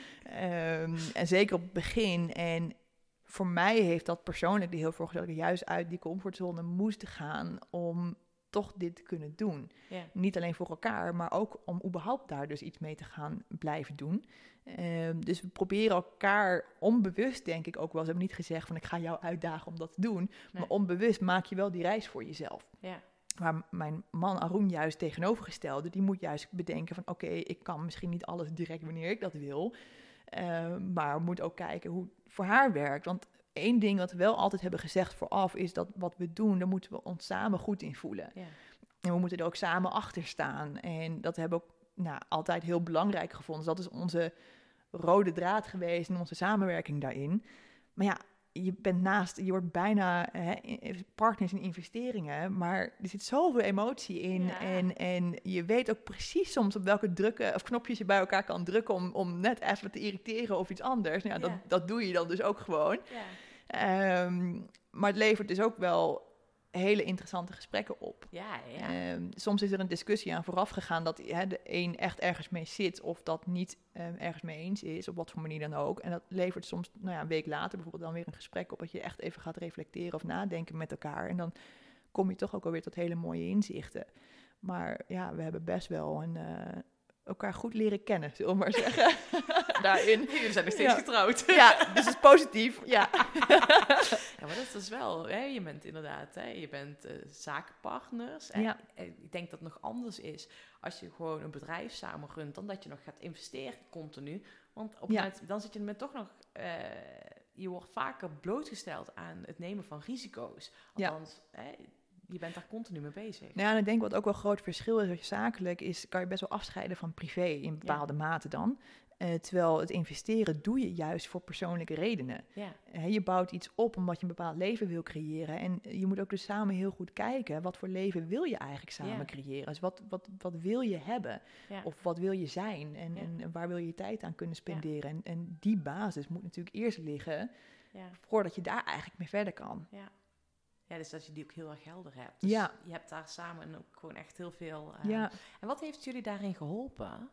um, en zeker op het begin. En voor mij heeft dat persoonlijk er heel veel gezorgd dat ik juist uit die comfortzone moest gaan om toch dit te kunnen doen. Ja. Niet alleen voor elkaar, maar ook om überhaupt daar dus iets mee te gaan blijven doen. Um, dus we proberen elkaar onbewust, denk ik ook wel. Ze hebben niet gezegd van ik ga jou uitdagen om dat te doen. Nee. Maar onbewust maak je wel die reis voor jezelf. Ja. Waar mijn man Arun juist tegenovergestelde, die moet juist bedenken van oké, okay, ik kan misschien niet alles direct wanneer ik dat wil. Uh, maar moet ook kijken hoe het voor haar werkt. Want één ding wat we wel altijd hebben gezegd vooraf is dat wat we doen, daar moeten we ons samen goed in voelen. Ja. En we moeten er ook samen achter staan. En dat hebben we ook nou, altijd heel belangrijk gevonden. Dus dat is onze rode draad geweest in onze samenwerking daarin. Maar ja, je bent naast, je wordt bijna hè, partners in investeringen, maar er zit zoveel emotie in. Ja. En, en je weet ook precies soms op welke drukken of knopjes je bij elkaar kan drukken om, om net even te irriteren of iets anders. Nou, ja, Ja. dat, dat doe je dan dus ook gewoon. Ja. Um, maar het levert dus ook wel hele interessante gesprekken op. Ja, ja. Um, soms is er een discussie aan vooraf gegaan dat hè, de een echt ergens mee zit of dat niet um, ergens mee eens is, op wat voor manier dan ook. En dat levert soms nou ja, een week later bijvoorbeeld dan weer een gesprek op dat je echt even gaat reflecteren of nadenken met elkaar. En dan kom je toch ook alweer tot hele mooie inzichten. Maar ja, we hebben best wel een, uh, elkaar goed leren kennen, zullen we maar zeggen. Daarin. Jullie zijn nog steeds ja. getrouwd. Ja, dus het is positief. Ja. Ja, maar dat is dus wel, hè, je bent inderdaad, hè, je bent uh, zakenpartners. En, Ja. en ik denk dat het nog anders is als je gewoon een bedrijf samen runt, dan dat je nog gaat investeren continu. Want op Ja. moment, dan zit je met toch nog, uh, je wordt vaker blootgesteld aan het nemen van risico's. Althans, ja. hè, je bent daar continu mee bezig. Nou ja, en ik denk wat ook wel een groot verschil is, als je zakelijk is, kan je best wel afscheiden van privé in bepaalde ja. mate dan. Uh, terwijl het investeren doe je juist voor persoonlijke redenen. Ja. Uh, je bouwt iets op omdat je een bepaald leven wil creëren. En je moet ook dus samen heel goed kijken, wat voor leven wil je eigenlijk samen ja. creëren? Dus wat, wat, wat wil je hebben? Ja. Of wat wil je zijn? En, ja. en, en waar wil je je tijd aan kunnen spenderen? Ja. En, en die basis moet natuurlijk eerst liggen, ja. voordat je daar eigenlijk mee verder kan. Ja. Ja, dus dat je die ook heel erg helder hebt. Dus ja. je hebt daar samen ook gewoon echt heel veel... Uh, ja. En wat heeft jullie daarin geholpen?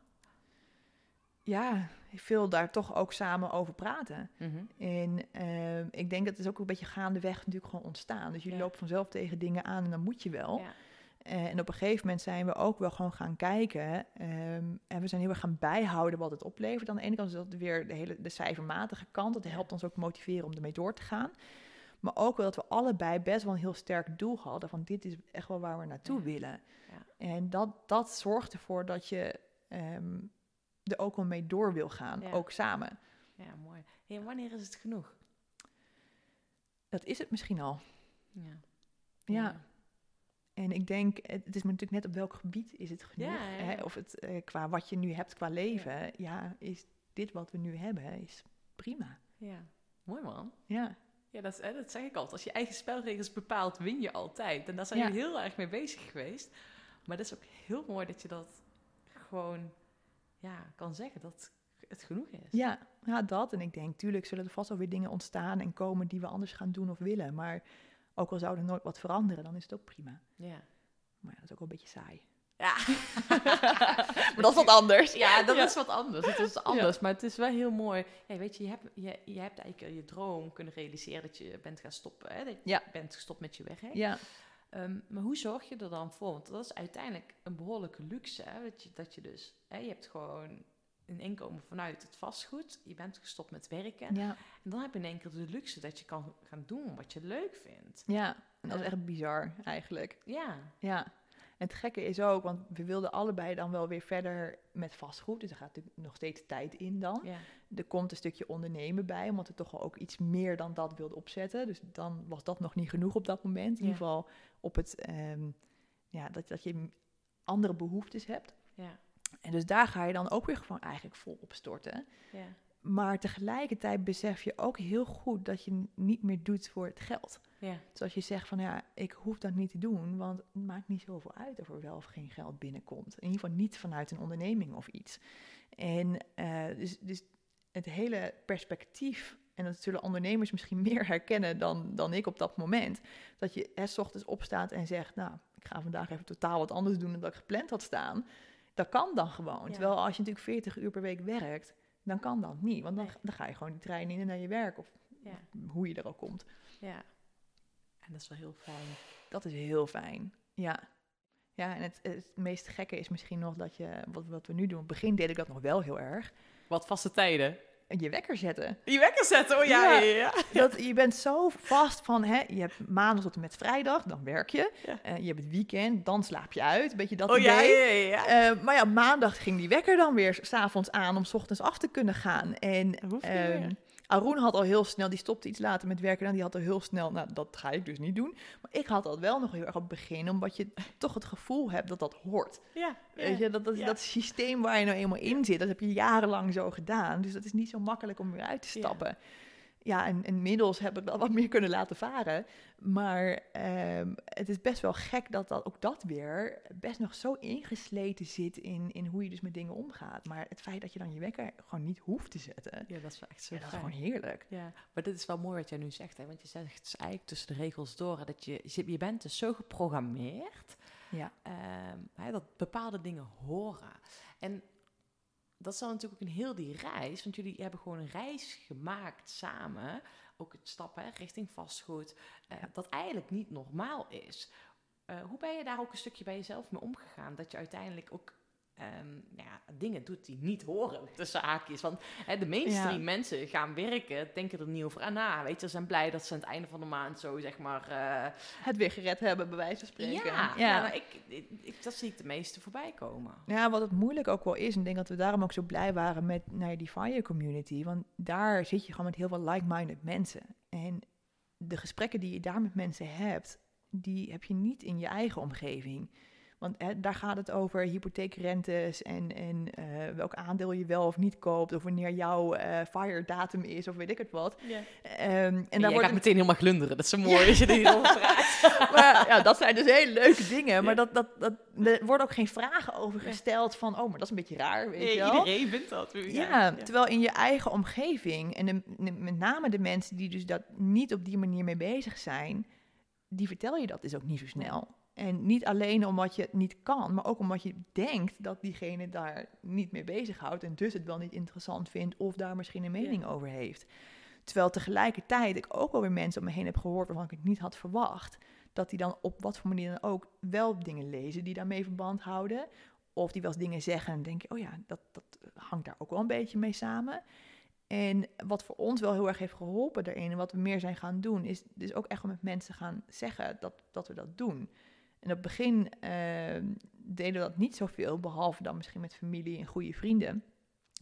Ja, veel daar toch ook samen over praten. Mm-hmm. En uh, ik denk dat het is ook een beetje gaandeweg natuurlijk gewoon ontstaan. Dus je ja. loopt vanzelf tegen dingen aan en dan moet je wel. Ja. Uh, en op een gegeven moment zijn we ook wel gewoon gaan kijken. Um, en we zijn heel erg gaan bijhouden wat het oplevert. Aan de ene kant is dat weer de hele de cijfermatige kant. Dat helpt ons ook motiveren om ermee door te gaan. Maar ook wel dat we allebei best wel een heel sterk doel hadden. Van dit is echt wel waar we naartoe ja. willen. Ja. En dat, dat zorgt ervoor dat je um, er ook wel mee door wil gaan. Ja. Ook samen. Ja, mooi. Hey, en wanneer is het genoeg? Dat is het misschien al. Ja. Ja. En ik denk, het het is maar natuurlijk net op welk gebied is het genoeg. Ja, ja, ja. Hè? Of het eh, qua wat je nu hebt qua leven. Ja. is dit wat we nu hebben, is prima. Ja, mooi man. Ja, Ja, dat, is, hè, dat zeg ik altijd. Als je eigen spelregels bepaalt, win je altijd. En daar zijn Ja. jullie heel erg mee bezig geweest. Maar dat is ook heel mooi dat je dat gewoon ja, kan zeggen, dat het genoeg is. ja, ja, dat. En ik denk, tuurlijk zullen er vast wel weer dingen ontstaan en komen die we anders gaan doen of willen. Maar ook al zou er nooit wat veranderen, dan is het ook prima. Ja. Maar ja, dat is ook wel een beetje saai. Ja. Maar dat is wat anders. Ja, dat Ja. is wat anders. Het is anders, maar het is wel heel mooi. Ja, weet je, je hebt, je, je hebt eigenlijk je droom kunnen realiseren dat je bent gaan stoppen. Hè? Dat je Ja. bent gestopt met je werk. Ja, Ehm, maar hoe zorg je er dan voor? Want dat is uiteindelijk een behoorlijke luxe. Hè? Dat, je, dat je dus, hè, je hebt gewoon een inkomen vanuit het vastgoed. Je bent gestopt met werken. ja, En dan heb je in één keer de luxe dat je kan gaan doen wat je leuk vindt. ja. En dat is Ja. echt bizar eigenlijk. Ja, Ja. En het gekke is ook, want we wilden allebei dan wel weer verder met vastgoed. Dus er gaat natuurlijk nog steeds tijd in dan. ja, Er komt een stukje ondernemen bij, omdat we toch wel ook iets meer dan dat wilden opzetten. Dus dan was dat nog niet genoeg op dat moment. In Ja. ieder geval op het, ehm, ja, dat, dat je andere behoeftes hebt. ja, En dus daar ga je dan ook weer gewoon eigenlijk vol op storten. ja. Maar tegelijkertijd besef je ook heel goed dat je niet meer doet voor het geld. Ja, Dus als je zegt van ja, ik hoef dat niet te doen, want het maakt niet zoveel uit of er wel of geen geld binnenkomt. In ieder geval niet vanuit een onderneming of iets. En eh, dus, dus het hele perspectief, en dat zullen ondernemers misschien meer herkennen dan, dan ik op dat moment, dat je hè, 's ochtends opstaat en zegt, nou, ik ga vandaag even totaal wat anders doen dan dat ik gepland had staan. Dat kan dan gewoon. Ja. Terwijl als je natuurlijk veertig uur per week werkt, dan kan dat niet. Want dan, Nee. dan ga je gewoon die trein in en naar je werk, of ja, hoe je er ook komt. ja. En dat is wel heel fijn. Dat is heel fijn, ja. Ja, en het, het meest gekke is misschien nog dat je, wat, wat we nu doen, op het begin deed ik dat nog wel heel erg, Wat vaste tijden. je wekker zetten. Je wekker zetten, oh ja, Ja. ja, ja. Dat, je bent zo vast van, hè, je hebt maandag tot en met vrijdag, dan werk je. Ja. Eh, je hebt het weekend, dan slaap je uit, een beetje dat Oh idee. ja, ja, ja. ja. Eh, maar ja, maandag ging die wekker dan weer 's avonds aan om 's ochtends af te kunnen gaan. En Dat hoeft niet ehm, meer. Arun had al heel snel, die stopte iets later met werken en die had al heel snel, nou dat ga ik dus niet doen. Maar ik had dat wel nog heel erg op het begin, omdat je toch het gevoel hebt dat dat hoort. Ja, Weet je, dat, dat, ja. dat systeem waar je nou eenmaal in zit, dat heb je jarenlang zo gedaan. Dus dat is niet zo makkelijk om weer uit te Ja. stappen. Ja, en inmiddels heb ik dat wat meer kunnen laten varen. Maar ehm, het is best wel gek dat, dat ook dat weer best nog zo ingesleten zit in, in hoe je dus met dingen omgaat. Maar het feit dat je dan je wekker gewoon niet hoeft te zetten, Ja, dat is wel echt zo ja, dat is fijn. gewoon heerlijk. Ja, maar dit is wel mooi wat jij nu zegt, hè? Want je zegt dus eigenlijk tussen de regels door hè, dat je, je je bent dus zo geprogrammeerd Ja, ehm, hè, dat bepaalde dingen horen. En dat is dan natuurlijk ook een heel die reis, want jullie hebben gewoon een reis gemaakt samen, ook het stappen hè, richting vastgoed, eh, dat eigenlijk niet normaal is. Eh, hoe ben je daar ook een stukje bij jezelf mee omgegaan, dat je uiteindelijk ook ehm, nou ja, dingen doet die niet horen tussen haakjes? Want hè, de mainstream Ja. mensen gaan werken, denken er niet over aan na, weet je, ze zijn blij dat ze aan het einde van de maand zo zeg maar eh, het weer gered hebben, bij wijze van spreken. ja, ja. maar ik, ik, ik- dat zie ik de meeste voorbij komen. Ja, wat het moeilijk ook wel is, en ik denk dat we daarom ook zo blij waren met naar die Fire Community, want daar zit je gewoon met heel veel like-minded mensen. En de gesprekken die je daar met mensen hebt, die heb je niet in je eigen omgeving. Want hè, daar gaat het over hypotheekrentes en, en eh, welk aandeel je wel of niet koopt, of wanneer jouw eh fire datum is, of weet ik het wat. Ja. Ehm, En, en jij daar wordt gaat meteen helemaal glunderen, dat is zo mooi als je er hierover praat. maar ja, dat zijn dus hele leuke dingen. Maar Ja. dat, dat, dat, er worden ook geen vragen over Ja. gesteld van, oh, maar dat is een beetje raar, weet Nee, je wel. iedereen vindt dat. Ja, terwijl in je eigen omgeving, en de- de- met name de mensen die dus dat niet op die manier mee bezig zijn, die vertel je dat dus ook niet zo snel. En niet alleen omdat je het niet kan, maar ook omdat je denkt dat diegene daar niet mee bezighoudt en dus het wel niet interessant vindt of daar misschien een mening over heeft. Terwijl tegelijkertijd ik ook wel weer mensen om me heen heb gehoord waarvan ik het niet had verwacht, dat die dan op wat voor manier dan ook wel dingen lezen die daarmee verband houden. Of die wel eens dingen zeggen en denk je, oh ja, dat, dat hangt daar ook wel een beetje mee samen. En wat voor ons wel heel erg heeft geholpen daarin en wat we meer zijn gaan doen, is dus ook echt wel met mensen gaan zeggen dat, dat we dat doen. En op het begin uh, deden we dat niet zoveel, behalve dan misschien met familie en goede vrienden.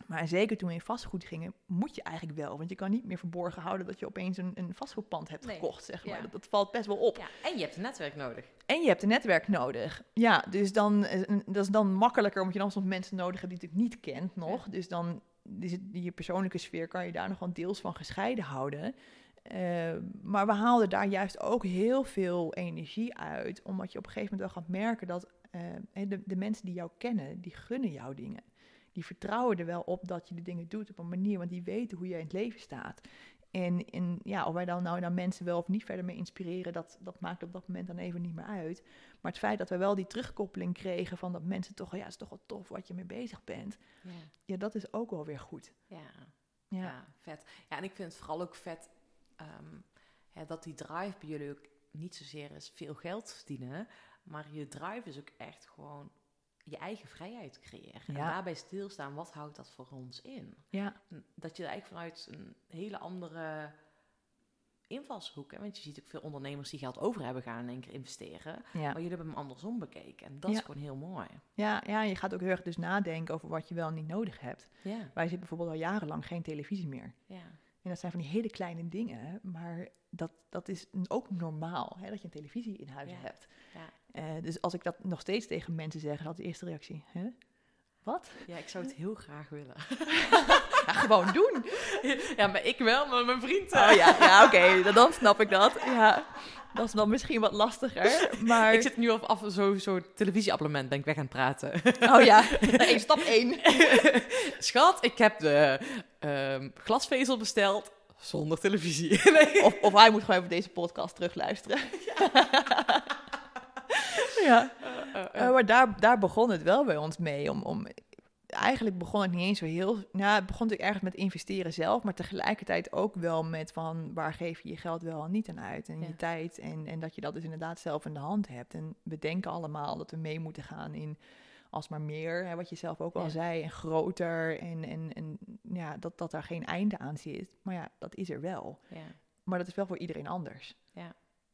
Maar zeker toen we in vastgoed gingen, moet je eigenlijk wel. Want je kan niet meer verborgen houden dat je opeens een, een vastgoedpand hebt Nee. gekocht, zeg maar. Ja. Dat, dat valt best wel op. Ja, en je hebt een netwerk nodig. En je hebt een netwerk nodig. Ja, dus dan, eh, dat is dan makkelijker, omdat je dan soms mensen nodig hebt die je natuurlijk niet kent nog. Ja. Dus dan is het, je persoonlijke sfeer kan je daar nog wel deels van gescheiden houden. Uh, maar we haalden daar juist ook heel veel energie uit, omdat je op een gegeven moment wel gaat merken dat uh, de, de mensen die jou kennen, die gunnen jou dingen. Die vertrouwen er wel op dat je de dingen doet op een manier, want die weten hoe je in het leven staat. En, en ja, of wij dan nou dan mensen wel of niet verder mee inspireren, dat, dat maakt op dat moment dan even niet meer uit. Maar het feit dat we wel die terugkoppeling kregen van dat mensen toch, ja, het is toch wel tof wat je mee bezig bent. Ja, ja dat is ook wel weer goed. ja. Ja, ja vet. Ja, en ik vind het vooral ook vet um, hè, dat die drive bij jullie ook niet zozeer is veel geld verdienen, maar je drive is ook echt gewoon je eigen vrijheid creëren. Ja. En daarbij stilstaan, wat houdt dat voor ons in? Ja. Dat je er eigenlijk vanuit een hele andere invalshoek, hè? Want je ziet ook veel ondernemers die geld over hebben gaan in één keer investeren, Ja. maar jullie hebben hem andersom bekeken. En dat Ja. is gewoon heel mooi. Ja, ja, je gaat ook heel erg dus nadenken over wat je wel niet nodig hebt. Ja. Wij zitten bijvoorbeeld al jarenlang geen televisie meer. Ja. En dat zijn van die hele kleine dingen, maar dat, dat is ook normaal, hè, dat je een televisie in huis Ja. hebt. Ja. Uh, dus als ik dat nog steeds tegen mensen zeg, dat is de eerste reactie. Huh? Wat? Ja, ik zou het heel graag willen. Ja, gewoon doen. Ja, maar ik wel, maar mijn vriend... Oh ja, ja oké, okay, dan snap ik dat. Ja, dat is dan misschien wat lastiger, maar... Ik zit nu al af zo'n zo televisieabonnement, ben ik weg aan het praten. Oh ja, nee, stap één. Schat, ik heb de um, glasvezel besteld zonder televisie. Nee. Of, of hij moet gewoon even deze podcast terugluisteren. Ja. Ja. Uh, uh, uh. Uh, maar daar, daar begon het wel bij ons mee. Om, om, eigenlijk begon het niet eens zo heel... Nou, het begon natuurlijk ergens met investeren zelf, maar tegelijkertijd ook wel met van waar geef je je geld wel en niet aan uit. En ja. je tijd. En, en dat je dat dus inderdaad zelf in de hand hebt. En we denken allemaal dat we mee moeten gaan in alsmaar meer, hè, wat je zelf ook al ja. zei, en groter. En, en, en ja, dat, dat daar geen einde aan zit. Maar ja, dat is er wel. Ja. Maar dat is wel voor iedereen anders. Ja,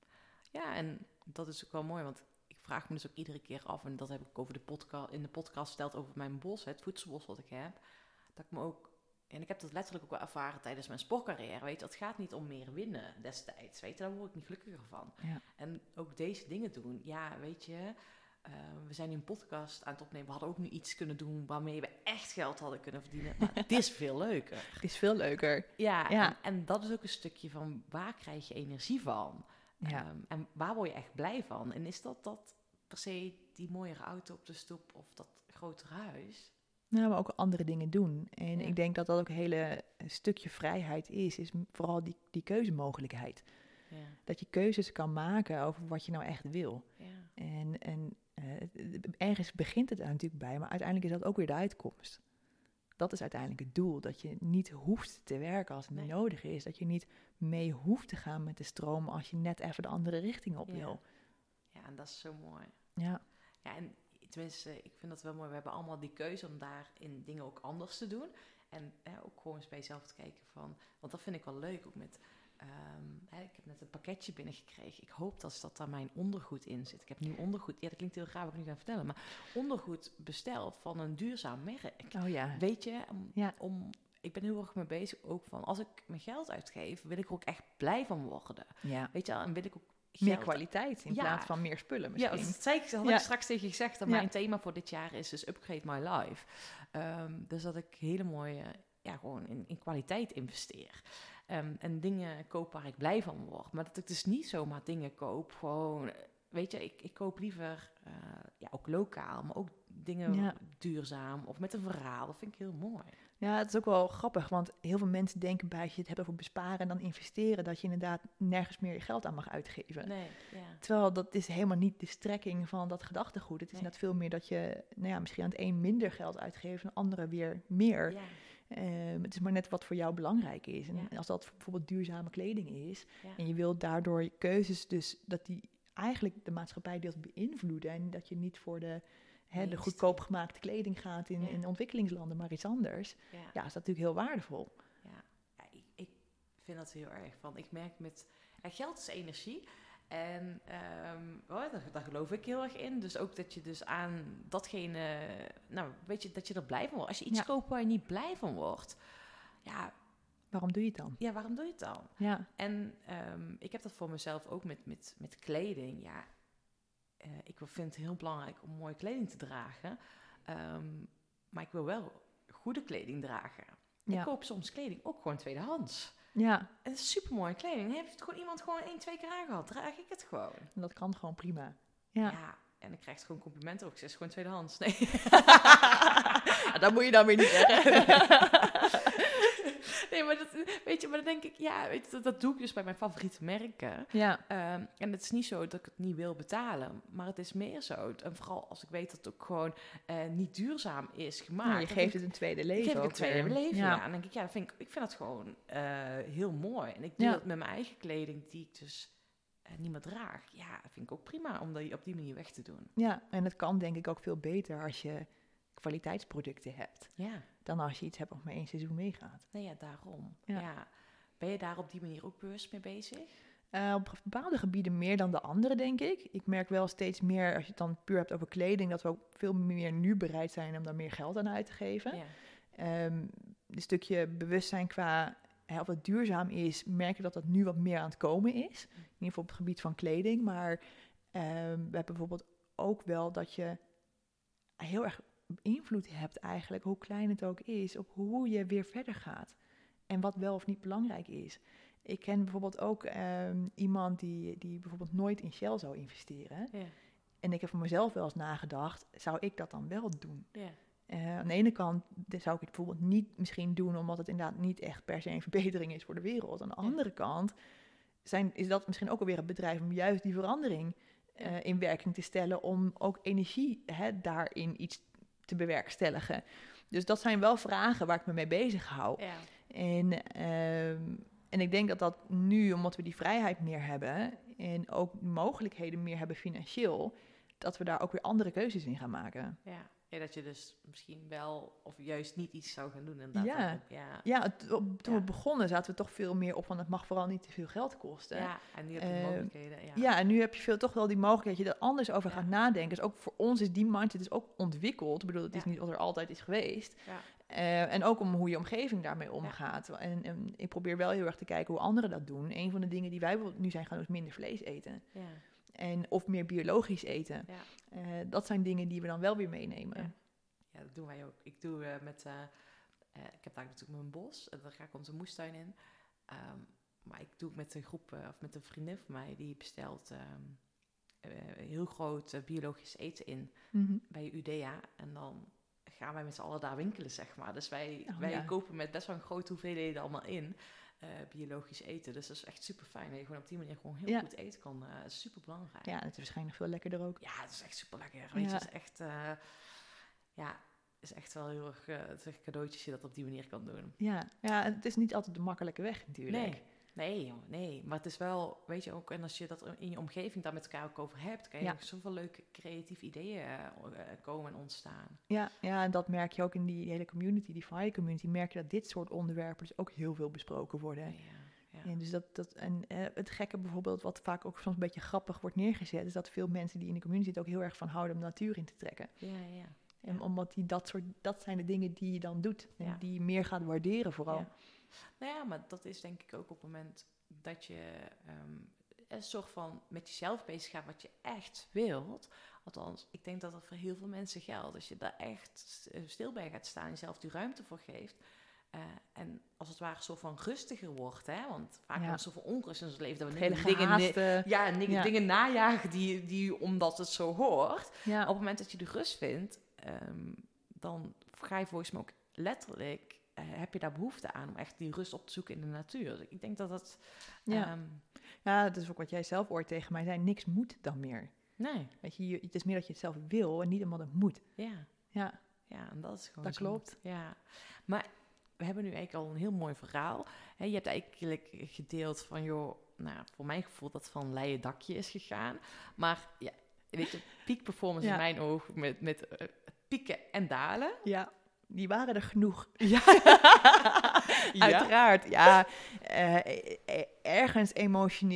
ja en dat is ook wel mooi, want ik vraag me dus ook iedere keer af, en dat heb ik over de podca- in de podcast verteld over mijn bos, het voedselbos wat ik heb, dat ik me ook, en ik heb dat letterlijk ook wel ervaren tijdens mijn sportcarrière, weet je, het gaat niet om meer winnen destijds, weet je, daar word ik niet gelukkiger van. Ja. En ook deze dingen doen, ja, weet je, uh, we zijn nu een podcast aan het opnemen, we hadden ook nu iets kunnen doen waarmee we echt geld hadden kunnen verdienen, maar het is veel leuker. Het is veel leuker. Ja, ja. En, en dat is ook een stukje van, waar krijg je energie van? Ja. Um, en waar word je echt blij van? En is dat dat per se die mooiere auto op de stoep of dat grotere huis? Nou, maar ook andere dingen doen. En ja. ik denk dat dat ook een hele stukje vrijheid is, is vooral die, die keuzemogelijkheid. Ja. Dat je keuzes kan maken over wat je nou echt wil. Ja. En, en uh, ergens begint het er natuurlijk bij, maar uiteindelijk is dat ook weer de uitkomst. Dat is uiteindelijk het doel, dat je niet hoeft te werken als het nee. niet nodig is. Dat je niet mee hoeft te gaan met de stroom als je net even de andere richting op ja. wil. Ja, en dat is zo mooi. Ja. Ja, en tenminste, ik vind dat wel mooi. We hebben allemaal die keuze om daarin dingen ook anders te doen. En hè, ook gewoon eens bij jezelf te kijken van... Want dat vind ik wel leuk, ook met... Um, hè, ik heb net een pakketje binnengekregen. Ik hoop dat, dat daar mijn ondergoed in zit. Ik heb nu ondergoed... Ja, dat klinkt heel raar wat ik nu ga vertellen. Maar ondergoed besteld van een duurzaam merk. Oh ja. Weet je, om, ja. om, ik ben heel erg mee bezig ook van... Als ik mijn geld uitgeef, wil ik er ook echt blij van worden. Ja. Weet je, en wil ik ook... Meer kwaliteit in ja. plaats van meer spullen misschien. Ja, dat zei ik, had ja. ik straks tegen je gezegd. Dat ja. mijn thema voor dit jaar is dus Upgrade My Life. Um, dus dat ik hele mooie, ja, gewoon in, in kwaliteit investeer. Um, en dingen koop waar ik blij van word. Maar dat ik dus niet zomaar dingen koop. Gewoon, weet je, ik, ik koop liever, uh, ja, ook lokaal, maar ook dingen ja. duurzaam of met een verhaal. Dat vind ik heel mooi. Ja, het is ook wel grappig, want heel veel mensen denken bij als je het hebt over besparen en dan investeren, dat je inderdaad nergens meer je geld aan mag uitgeven. Nee, ja. Terwijl dat is helemaal niet de strekking van dat gedachtegoed. Het is nee. net veel meer dat je nou ja, misschien aan het een minder geld uitgeeft en aan andere weer meer. Ja. Um, het is maar net wat voor jou belangrijk is. En Ja. als dat bijvoorbeeld duurzame kleding is Ja. en je wilt daardoor je keuzes dus, dat die eigenlijk de maatschappij deels beïnvloeden en dat je niet voor de Hè, de goedkoop gemaakte kleding gaat in, ja. in ontwikkelingslanden, maar iets anders. Ja. ja, is dat natuurlijk heel waardevol. Ja, ja ik, ik vind dat heel erg van. Ik merk met... Ja, geld is energie. En um, oh, daar, daar geloof ik heel erg in. Dus ook dat je dus aan datgene, nou weet je, dat je er blij van wordt. Als je iets Ja. koopt waar je niet blij van wordt, ja, Waarom doe je het dan? ja waarom doe je het dan? Ja, En um, ik heb dat voor mezelf ook met, met, met kleding. Ja, uh, ik vind het heel belangrijk om mooie kleding te dragen. Um, maar ik wil wel goede kleding dragen. Ja. Ik koop soms kleding ook gewoon tweedehands. ja, Het is super mooie kleding. Heeft het gewoon iemand gewoon één, twee keer aangehad, draag ik het gewoon. en dat kan gewoon prima. Ja, Ja, en dan krijg je gewoon complimenten ook. Ik zeg gewoon tweedehands. Nee. dat moet je dan weer niet zeggen. Nee, maar dat, weet je, maar dan denk ik, ja, weet je, dat, dat doe ik dus bij mijn favoriete merken. Ja, Um, en het is niet zo dat ik het niet wil betalen, maar het is meer zo. En vooral als ik weet dat het ook gewoon uh, niet duurzaam is gemaakt. nou, je dan geeft vind het een tweede ik- leven. geef ik ook een tweede weer. leven, Ja. ja. En dan denk ik, ja, dat vind ik, ik vind dat gewoon uh, heel mooi. En ik doe Ja. dat met mijn eigen kleding, die ik dus uh, niet meer draag. Ja, dat vind ik ook prima om dat op die manier weg te doen. Ja, en het kan denk ik ook veel beter als je kwaliteitsproducten hebt. Ja, Dan als je iets hebt wat maar één seizoen meegaat. nee, ja, daarom. Ja. Ja. Ben je daar op die manier ook bewust mee bezig? Uh, op bepaalde gebieden meer dan de andere, denk ik. Ik merk wel steeds meer, als je het dan puur hebt over kleding, dat we ook veel meer nu bereid zijn om daar meer geld aan uit te geven. Ja. Um, een stukje bewustzijn qua hè, of het duurzaam is, merk je dat dat nu wat meer aan het komen is. In ieder geval op het gebied van kleding. Maar um, we hebben bijvoorbeeld ook wel dat je heel erg invloed hebt eigenlijk, hoe klein het ook is, op hoe je weer verder gaat. En wat wel of niet belangrijk is. Ik ken bijvoorbeeld ook um, iemand die, die bijvoorbeeld nooit in Shell zou investeren. Ja. En ik heb voor mezelf wel eens nagedacht, zou ik dat dan wel doen? Ja. Uh, aan de ene kant de, zou ik het bijvoorbeeld niet misschien doen, omdat het inderdaad niet echt per se een verbetering is voor de wereld. Aan de Ja. andere kant zijn, is dat misschien ook alweer het bedrijf om juist die verandering uh, in werking te stellen, om ook energie hè, daarin iets te bewerkstelligen. Dus dat zijn wel vragen waar ik me mee bezig hou. Ja. En, um, en ik denk dat dat nu, omdat we die vrijheid meer hebben en ook mogelijkheden meer hebben financieel, dat we daar ook weer andere keuzes in gaan maken. Ja. Ja, dat je dus misschien wel of juist niet iets zou gaan doen. Inderdaad. Ja. Op, ja. Ja, het, op, toen Ja. we begonnen zaten we toch veel meer op van het mag vooral niet te veel geld kosten. Ja, en nu heb je de Eh, mogelijkheden. Ja. Ja, en nu heb je veel, toch wel die mogelijkheid dat je er anders over Ja. gaat nadenken. Dus ook voor ons is die mindset dus ook ontwikkeld. Ik bedoel, het is Ja. niet wat er altijd is geweest. Ja. Uh, en ook om hoe je omgeving daarmee omgaat. En, en ik probeer wel heel erg te kijken hoe anderen dat doen. Een van de dingen die wij bijvoorbeeld nu zijn gaan doen is minder vlees eten. Ja. En, of meer biologisch eten. Ja. Uh, dat zijn dingen die we dan wel weer meenemen. Ja. Ja, dat doen wij ook. Ik doe uh, met, uh, uh, ik heb daar natuurlijk mijn bos, en daar ga ik onze moestuin in. Um, maar ik doe het met een groep, uh, of met een vriendin van mij, die bestelt um, uh, heel groot uh, biologisch eten in Mm-hmm. bij Udea. En dan gaan wij met z'n allen daar winkelen, zeg maar. Dus wij, Oh, wij ja. kopen met best wel een grote hoeveelheden allemaal in. Uh, biologisch eten. Dus dat is echt super fijn. Dat je gewoon op die manier gewoon heel Ja. goed eten kan. Uh, super belangrijk. Ja, het is waarschijnlijk veel lekkerder ook. Ja, het is echt super lekker. Weet je, Ja. het is echt, uh, ja, is echt wel heel erg, uh, het is echt een cadeautje als je dat op die manier kan doen. Ja, ja, het is niet altijd de makkelijke weg natuurlijk. Nee, nee, joh, nee. Maar het is wel, weet je ook, en als je dat in je omgeving daar met elkaar ook over hebt, kan je Ja. ook zoveel leuke creatieve ideeën uh, komen en ontstaan. Ja, ja, en dat merk je ook in die hele community, die fire community, merk je dat dit soort onderwerpen dus ook heel veel besproken worden. Ja, ja. En, dus dat, dat, en uh, het gekke bijvoorbeeld, wat vaak ook soms een beetje grappig wordt neergezet, is dat veel mensen die in de community zitten ook heel erg van houden om de natuur in te trekken. Ja, ja. En omdat die dat soort, dat zijn de dingen die je dan doet. En Ja. die je meer gaat waarderen vooral. Ja. Nou ja, maar dat is denk ik ook op het moment dat je um, een soort van met jezelf bezig gaat wat je echt wilt. Althans, ik denk dat dat voor heel veel mensen geldt. Als je daar echt stil bij gaat staan en jezelf die ruimte voor geeft. Uh, en als het ware zo van rustiger wordt, hè? Want vaak Ja. hebben we zoveel onrust in ons leven dat we Het hele dingen, gehaaste. ja, dingen, Ja. dingen najagen die, die omdat het zo hoort. Ja. Op het moment dat je de rust vindt, um, dan ga je volgens mij ook letterlijk, uh, heb je daar behoefte aan om echt die rust op te zoeken in de natuur. Dus ik denk dat dat, Ja. um, ja, dat is ook wat jij zelf ooit tegen mij zei. Niks moet dan meer. nee, Weet je, je- het is meer dat je het zelf wil en niet omdat het moet. ja, Ja, ja, en dat is gewoon dat zo. klopt. Ja, maar we hebben nu eigenlijk al een heel mooi verhaal. He, je hebt eigenlijk gedeeld van, joh, nou, voor mijn gevoel dat het van leien dakje is gegaan. Maar ja, weet je, peak performance Ja. in mijn ogen met, met uh, pieken en dalen. Ja, die waren er genoeg. Ja, Uiteraard, ja. Uh, ergens emotioneel.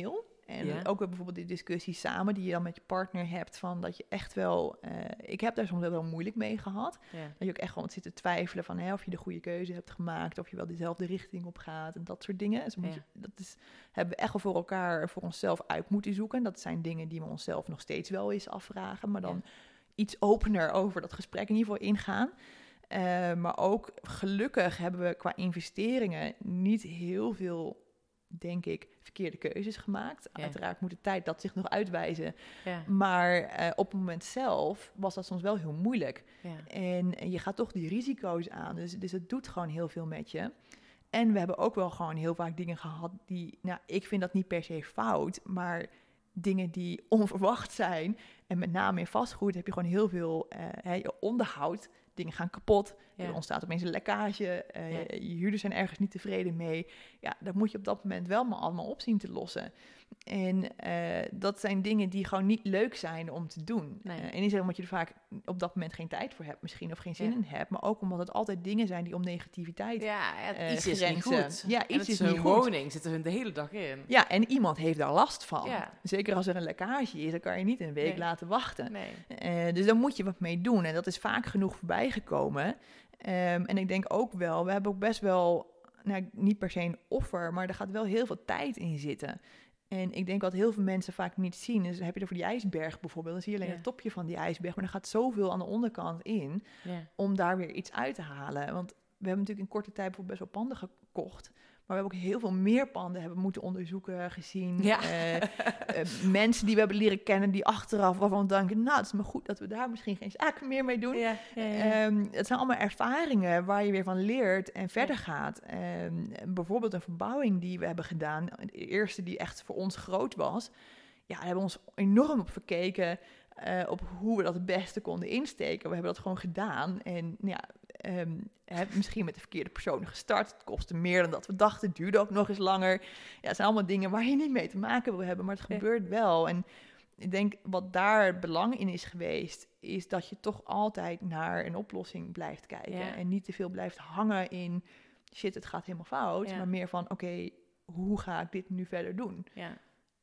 En Ja. ook wel bijvoorbeeld die discussie samen die je dan met je partner hebt, van dat je echt wel, uh, ik heb daar soms wel, wel moeilijk mee gehad. Ja. Dat je ook echt gewoon zit te twijfelen van hè, of je de goede keuze hebt gemaakt, of je wel dezelfde richting op gaat en dat soort dingen. Dus moet Ja. je, dat is, hebben we echt wel voor elkaar, voor onszelf uit moeten zoeken. Dat zijn dingen die we onszelf nog steeds wel eens afvragen, maar dan Ja. iets opener over dat gesprek in ieder geval ingaan. Uh, maar ook gelukkig hebben we qua investeringen niet heel veel, denk ik, verkeerde keuzes gemaakt. Ja. Uiteraard moet de tijd dat zich nog uitwijzen. Ja. Maar uh, op het moment zelf was dat soms wel heel moeilijk. Ja. En, en je gaat toch die risico's aan. Dus, dus het doet gewoon heel veel met je. En we hebben ook wel gewoon heel vaak dingen gehad die... Nou, ik vind dat niet per se fout, maar dingen die onverwacht zijn. En met name in vastgoed heb je gewoon heel veel uh, hè, je onderhoud. Dingen gaan kapot. Ja. Er ontstaat opeens een lekkage. Uh, Ja. Je huurders zijn ergens niet tevreden mee. Ja, dat moet je op dat moment wel maar allemaal op zien te lossen. En uh, dat zijn dingen die gewoon niet leuk zijn om te doen. Nee. Uh, en niet zeggen omdat je er vaak op dat moment geen tijd voor hebt misschien, of geen zin Ja. in hebt. Maar ook omdat het altijd dingen zijn die om negativiteit... Ja, het, Uh, iets is grenzen. niet goed. Ja, En iets het is hun niet goed. woning, zitten hun de hele dag in. Ja, en iemand heeft daar last van. Ja. Zeker als er een lekkage is, dan kan je niet een week Nee. laten wachten. Nee. Uh, dus daar moet je wat mee doen. En dat is vaak genoeg voorbij gekomen. Um, en ik denk ook wel, we hebben ook best wel, nou, niet per se een offer, maar er gaat wel heel veel tijd in zitten. En ik denk wat heel veel mensen vaak niet zien, is, heb je er voor die ijsberg bijvoorbeeld, dan zie je alleen Ja. het topje van die ijsberg, maar er gaat zoveel aan de onderkant in Ja. om daar weer iets uit te halen. Want we hebben natuurlijk in korte tijd bijvoorbeeld best wel panden gekocht. Maar we hebben ook heel veel meer panden hebben moeten onderzoeken, gezien. Ja. Uh, uh, mensen die we hebben leren kennen, die achteraf waarvan we denken, nou, het is maar goed dat we daar misschien geen zaken meer mee doen. Ja, ja, ja. Um, het zijn allemaal ervaringen waar je weer van leert en verder gaat. Um, bijvoorbeeld een verbouwing die we hebben gedaan, de eerste die echt voor ons groot was. Ja, daar hebben we ons enorm op verkeken, uh, op hoe we dat het beste konden insteken. We hebben dat gewoon gedaan en ja... Um, heb misschien met de verkeerde personen gestart. Het kostte meer dan dat we dachten. Het duurde ook nog eens langer. Ja, het zijn allemaal dingen waar je niet mee te maken wil hebben. Maar het Ja. gebeurt wel. En ik denk wat daar belang in is geweest, is dat je toch altijd naar een oplossing blijft kijken. Ja. En niet te veel blijft hangen in, shit, het gaat helemaal fout. Ja. Maar meer van, oké, okay, hoe ga ik dit nu verder doen? Ja.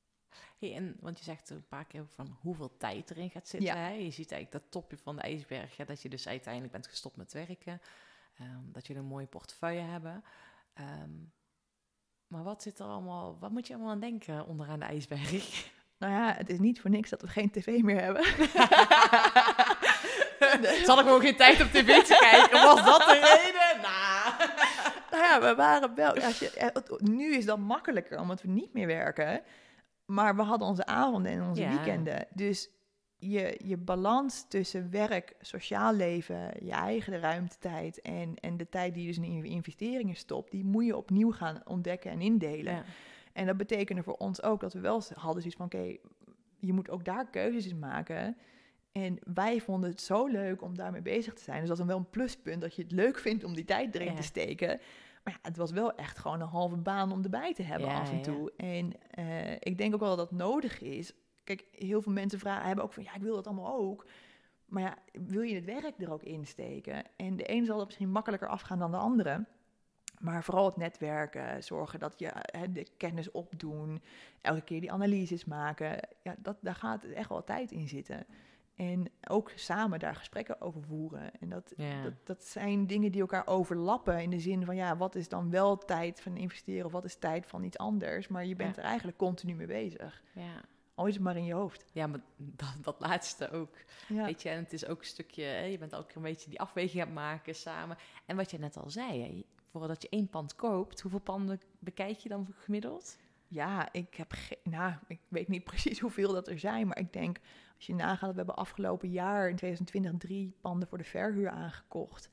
Hey, en, want je zegt een paar keer van hoeveel tijd erin gaat zitten. Ja. Hè? Je ziet eigenlijk dat topje van de ijsberg. Hè? Dat je dus uiteindelijk bent gestopt met werken. Um, dat jullie een mooie portefeuille hebben. Um, maar wat zit er allemaal... Wat moet je allemaal aan denken onderaan de ijsberg? Nou ja, het is niet voor niks dat we geen tv meer hebben. Ze hadden gewoon geen tijd op tv te kijken. Was dat de reden? Nou... Nou ja, we waren wel... Als je, nu is dat makkelijker, omdat we niet meer werken. Maar we hadden onze avonden en onze Ja. weekenden. Dus je, je balans tussen werk, sociaal leven, je eigen ruimtetijd en, en de tijd die je dus in investeringen stopt, die moet je opnieuw gaan ontdekken en indelen. Ja. En dat betekende voor ons ook dat we wel hadden zoiets van, oké, okay, je moet ook daar keuzes in maken. En wij vonden het zo leuk om daarmee bezig te zijn. Dus dat is dan wel een pluspunt, dat je het leuk vindt om die tijd erin Ja. te steken. Maar ja, het was wel echt gewoon een halve baan om erbij te hebben Ja, af en ja. toe. En uh, ik denk ook wel dat dat nodig is. Kijk, heel veel mensen vragen, hebben ook van, ja, ik wil dat allemaal ook. Maar ja, wil je het werk er ook in steken? En de een zal het misschien makkelijker afgaan dan de andere. Maar vooral het netwerken, zorgen dat je he, de kennis opdoen, elke keer die analyses maken. Ja, dat, daar gaat echt wel tijd in zitten. En ook samen daar gesprekken over voeren. En dat, Ja. dat, dat zijn dingen die elkaar overlappen in de zin van, ja, wat is dan wel tijd van investeren of wat is tijd van iets anders? Maar je bent Ja. er eigenlijk continu mee bezig. Ja. Al is het maar in je hoofd. Ja, maar dat, dat laatste ook. Ja. Weet je, en het is ook een stukje, hè, je bent ook een beetje die afweging aan het maken samen. En wat je net al zei, hè, voordat je één pand koopt, hoeveel panden bekijk je dan gemiddeld? Ja, ik heb ge- nou, ik weet niet precies hoeveel dat er zijn, maar ik denk, als je nagaat, dat we hebben afgelopen jaar in twintig twintig drie panden voor de verhuur aangekocht.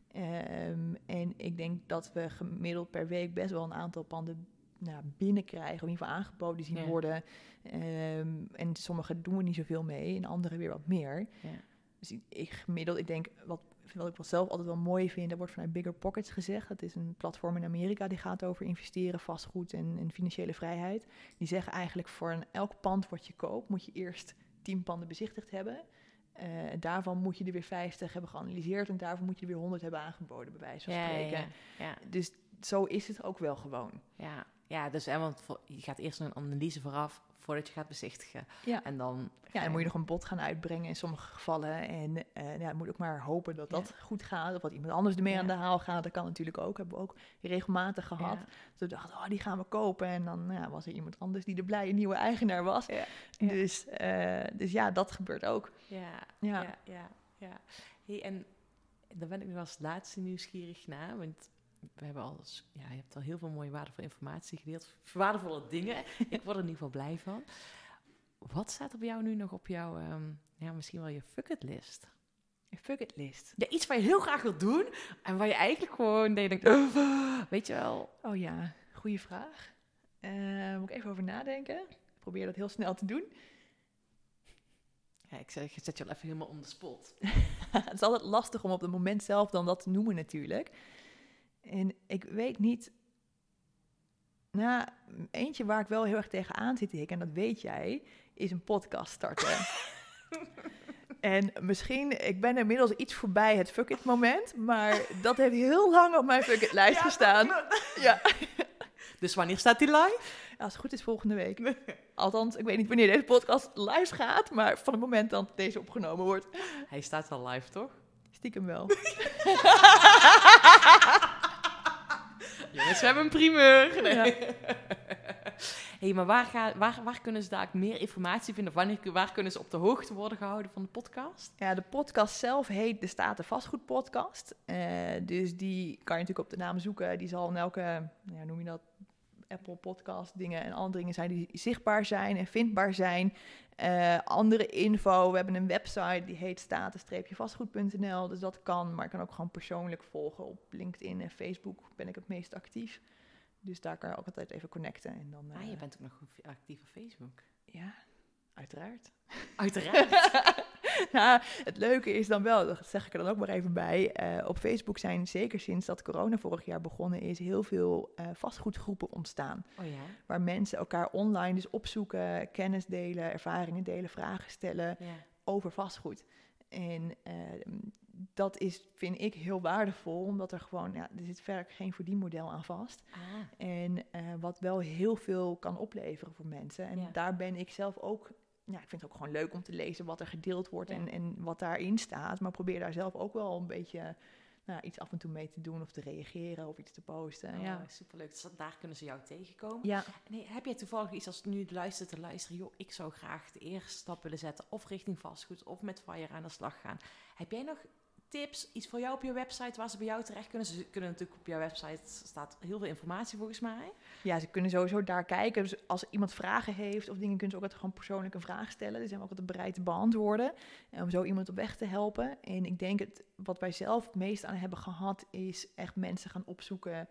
Um, en ik denk dat we gemiddeld per week best wel een aantal panden nou, binnenkrijgen, of in ieder geval aangeboden zien Ja. worden. Um, en sommige doen we niet zoveel mee, en andere weer wat meer. Ja. Dus ik, ik gemiddeld, ik denk, wat, wat ik wel zelf altijd wel mooi vind, dat wordt vanuit Bigger Pockets gezegd. Dat is een platform in Amerika die gaat over investeren, vastgoed en, en financiële vrijheid. Die zeggen eigenlijk voor een, elk pand wat je koopt, moet je eerst tien panden bezichtigd hebben. Uh, daarvan moet je er weer vijftig hebben geanalyseerd en daarvan moet je er weer honderd hebben aangeboden, bij wijze van Ja, spreken. ja, ja. Dus zo is het ook wel gewoon. Ja, ja, dus hè, want voor- je gaat eerst een analyse vooraf voordat je gaat bezichtigen. Ja. En dan, Ja, dan moet je nog een bod gaan uitbrengen in sommige gevallen. En uh, ja, moet ook maar hopen dat dat Ja. goed gaat. Of dat iemand anders ermee Ja. aan de haal gaat. Dat kan natuurlijk ook. Hebben we ook regelmatig gehad. Ja. Dus we dachten, oh, die gaan we kopen. En dan ja, was er iemand anders die de blije nieuwe eigenaar was. Ja. Ja. Dus, uh, dus ja, dat gebeurt ook. Ja, Ja. ja, ja. ja. Hey, en daar ben ik nog als laatste nieuwsgierig naar, want we hebben al, ja, je hebt al heel veel mooie waardevolle informatie gedeeld, waardevolle dingen. Ik word er in ieder geval blij van. Wat staat er bij jou nu nog op jouw, um, ja, misschien wel je fuck-it list? Een fuck-it list. Ja, iets waar je heel graag wilt doen en waar je eigenlijk gewoon, dat je denkt, uh, weet je wel. Oh ja, goede vraag. Uh, moet ik even over nadenken. Ik probeer dat heel snel te doen. Ja, ik zeg, zet je al even helemaal on the spot. Het is altijd lastig om op het moment zelf dan dat te noemen natuurlijk. En ik weet niet... Nou, eentje waar ik wel heel erg tegenaan zit te hikken, en dat weet jij, is een podcast starten. En misschien, ik ben inmiddels iets voorbij het fuck it moment, maar dat heeft heel lang op mijn fuck it lijst ja, gestaan. Ja. Dus wanneer staat die live? Als het goed is, volgende week. Althans, ik weet niet wanneer deze podcast live gaat, maar van het moment dat deze opgenomen wordt. Hij staat al live, toch? Stiekem wel. Jongens, we hebben een primeur. Nee. Ja. Hey, maar waar, ga, waar, waar kunnen ze daar meer informatie vinden? Of wanneer, waar kunnen ze op de hoogte worden gehouden van de podcast? Ja, de podcast zelf heet de Staten Vastgoed Podcast. Uh, dus die kan je natuurlijk op de naam zoeken. Die zal in elke, ja, noem je dat, Apple Podcast dingen en andere dingen zijn die zichtbaar zijn en vindbaar zijn. Uh, andere info, we hebben een website die heet staten vastgoed punt n l, dus dat kan, maar ik kan ook gewoon persoonlijk volgen op LinkedIn en Facebook ben ik het meest actief. Dus daar kan je ook altijd even connecten. En dan, uh, ah, je bent ook nog actief op Facebook. Ja, uiteraard. Uiteraard. Nou, het leuke is dan wel, dat zeg ik er dan ook maar even bij, uh, op Facebook zijn zeker sinds dat corona vorig jaar begonnen is, heel veel uh, vastgoedgroepen ontstaan. Oh ja? Waar mensen elkaar online dus opzoeken, kennis delen, ervaringen delen, vragen stellen Ja. over vastgoed. En uh, dat is, vind ik, heel waardevol, omdat er gewoon, ja, er zit verder geen verdienmodel aan vast. Ah. En uh, wat wel heel veel kan opleveren voor mensen. En Ja. daar ben ik zelf ook, ja, ik vind het ook gewoon leuk om te lezen wat er gedeeld wordt Ja. en, en wat daarin staat. Maar probeer daar zelf ook wel een beetje nou, iets af en toe mee te doen of te reageren of iets te posten. Oh, ja. Superleuk. Dus daar kunnen ze jou tegenkomen. Ja. Nee, heb jij toevallig iets als nu luistert te luisteren, joh, ik zou graag de eerste stap willen zetten, of richting vastgoed, of met Fire aan de slag gaan. Heb jij nog tips, iets voor jou op je website, waar ze bij jou terecht kunnen? Ze kunnen natuurlijk op jouw website, staat heel veel informatie volgens mij. Ja, ze kunnen sowieso daar kijken. Dus als iemand vragen heeft of dingen, kunnen ze ook altijd gewoon persoonlijk een vraag stellen. Die zijn we ook altijd bereid te beantwoorden. En om zo iemand op weg te helpen. En ik denk het, wat wij zelf het meest aan hebben gehad, is echt mensen gaan opzoeken.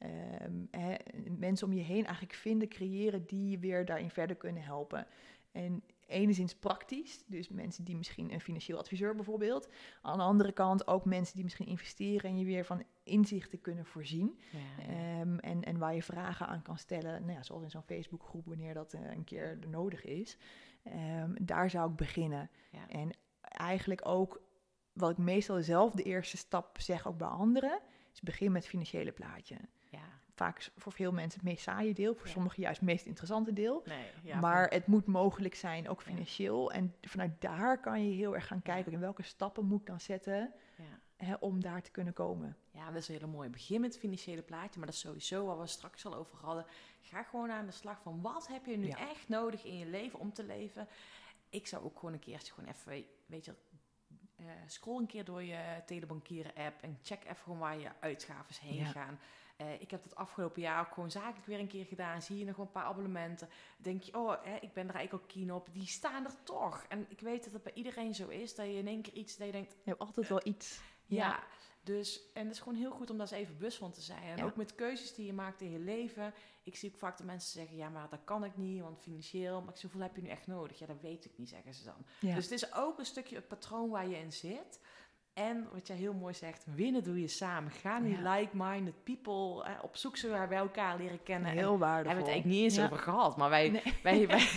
Um, he, mensen om je heen eigenlijk vinden, creëren die je weer daarin verder kunnen helpen. En enigszins praktisch, dus mensen die misschien een financieel adviseur bijvoorbeeld. Aan de andere kant ook mensen die misschien investeren en je weer van inzichten kunnen voorzien. Ja, ja. Um, en, en waar je vragen aan kan stellen, nou ja, zoals in zo'n Facebookgroep, wanneer dat uh, een keer nodig is. Um, daar zou ik beginnen. Ja. En eigenlijk ook, wat ik meestal zelf de eerste stap zeg, ook bij anderen, is begin met het financiële plaatje. Ja. Vaak is voor veel mensen het meest saaie deel, voor Ja. sommigen juist het meest interessante deel. Nee, ja, maar voor... het moet mogelijk zijn, ook financieel. Ja. En vanuit daar kan je heel erg gaan kijken, in welke stappen moet ik dan zetten ja. hè, om daar te kunnen komen. Ja, dat is een hele mooie begin met het financiële plaatje, maar dat is sowieso wat we straks al over hadden. Ga gewoon aan de slag van wat heb je nu Ja. echt nodig in je leven om te leven. Ik zou ook gewoon een keertje gewoon even, weet je, uh, scroll een keer door je telebankieren app en check even gewoon waar je uitgaven heen Ja. gaan. Uh, ik heb dat afgelopen jaar ook gewoon zakelijk weer een keer gedaan. Zie je nog een paar abonnementen. Denk je, oh, hè, ik ben er eigenlijk ook keen op. Die staan er toch. En ik weet dat het bij iedereen zo is. Dat je in één keer iets, dat je denkt... Je hebt altijd wel iets. Ja, Ja. dus... En het is gewoon heel goed om daar eens even bewust van te zijn. En Ja. ook met keuzes die je maakt in je leven. Ik zie ook vaak de mensen zeggen... Ja, maar dat kan ik niet, want financieel... Maar zoveel heb je nu echt nodig? Ja, dat weet ik niet, zeggen ze dan. Ja. Dus het is ook een stukje het patroon waar je in zit... En wat jij heel mooi zegt, winnen doe je samen. Ga nu Ja. like-minded people eh, op zoek zo waar wij elkaar leren kennen. Heel en waardevol. hebben we het eigenlijk niet eens Ja. over gehad. Maar wij, Nee. wij, wij,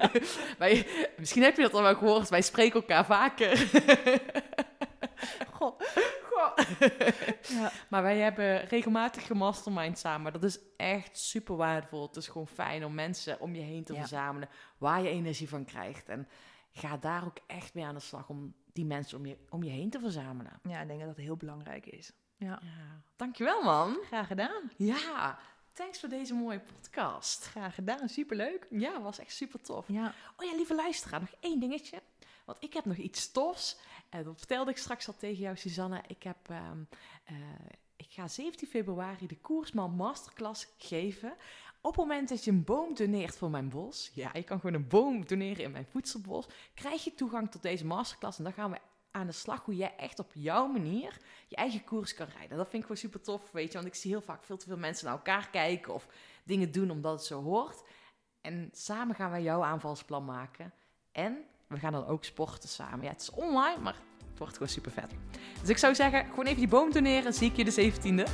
wij, misschien heb je dat al wel gehoord, wij spreken elkaar vaker. Goh. Goh, hoor. Ja. Maar wij hebben regelmatig gemastermind samen. Dat is echt super waardevol. Het is gewoon fijn om mensen om je heen te Ja. verzamelen waar je energie van krijgt. En ga daar ook echt mee aan de slag om die mensen om je, om je heen te verzamelen. ja, ik denk dat dat heel belangrijk is. Ja. Ja. Dankjewel, man. Graag gedaan. Ja, thanks voor deze mooie podcast. Graag gedaan. Superleuk. Ja, was echt super tof. Ja. Oh ja, lieve luisteraar, nog één dingetje. Want ik heb nog iets tofs. En dat vertelde ik straks al tegen jou, Suzanne. Ik, heb, ehm, uh, ik ga zeventien februari de Koersman Masterclass geven. Op het moment dat je een boom doneert voor mijn bos, ja, je kan gewoon een boom doneren in mijn voedselbos, krijg je toegang tot deze masterclass. En dan gaan we aan de slag hoe jij echt op jouw manier je eigen koers kan rijden. Dat vind ik gewoon super tof, weet je. Want ik zie heel vaak veel te veel mensen naar elkaar kijken of dingen doen omdat het zo hoort. En samen gaan wij jouw aanvalsplan maken. En we gaan dan ook sporten samen. Ja, het is online, maar het wordt gewoon super vet. Dus ik zou zeggen, gewoon even die boom doneren. Zie ik je de zeventiende.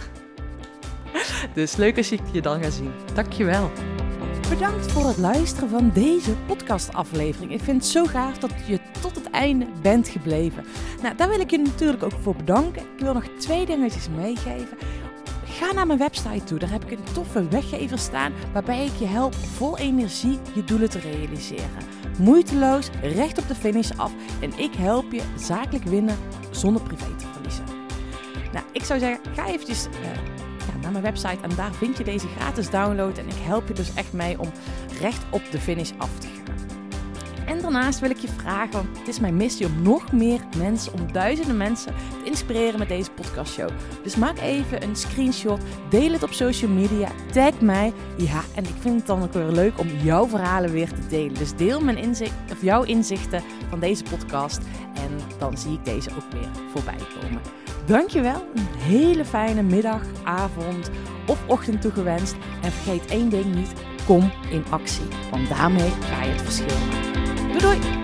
Dus leuk als ik je dan ga zien. Dankjewel. Bedankt voor het luisteren van deze podcastaflevering. Ik vind het zo gaaf dat je tot het einde bent gebleven. Nou, daar wil ik je natuurlijk ook voor bedanken. Ik wil nog twee dingetjes meegeven. Ga naar mijn website toe. Daar heb ik een toffe weggever staan waarbij ik je help vol energie je doelen te realiseren. Moeiteloos, recht op de finish af en ik help je zakelijk winnen zonder privé te verliezen. Nou, ik zou zeggen, ga eventjes uh, ja, naar mijn website en daar vind je deze gratis download en ik help je dus echt mee om recht op de finish af te gaan. En daarnaast wil ik je vragen, want het is mijn missie om nog meer mensen, om duizenden mensen te inspireren met deze podcastshow. Dus maak even een screenshot, deel het op social media, tag mij. Ja, en ik vind het dan ook weer leuk om jouw verhalen weer te delen. Dus deel mijn inzicht, of jouw inzichten van deze podcast en dan zie ik deze ook weer voorbij komen. Dankjewel, een hele fijne middag, avond of ochtend toegewenst. En vergeet één ding niet, kom in actie, want daarmee ga je het verschil maken. Doei doei!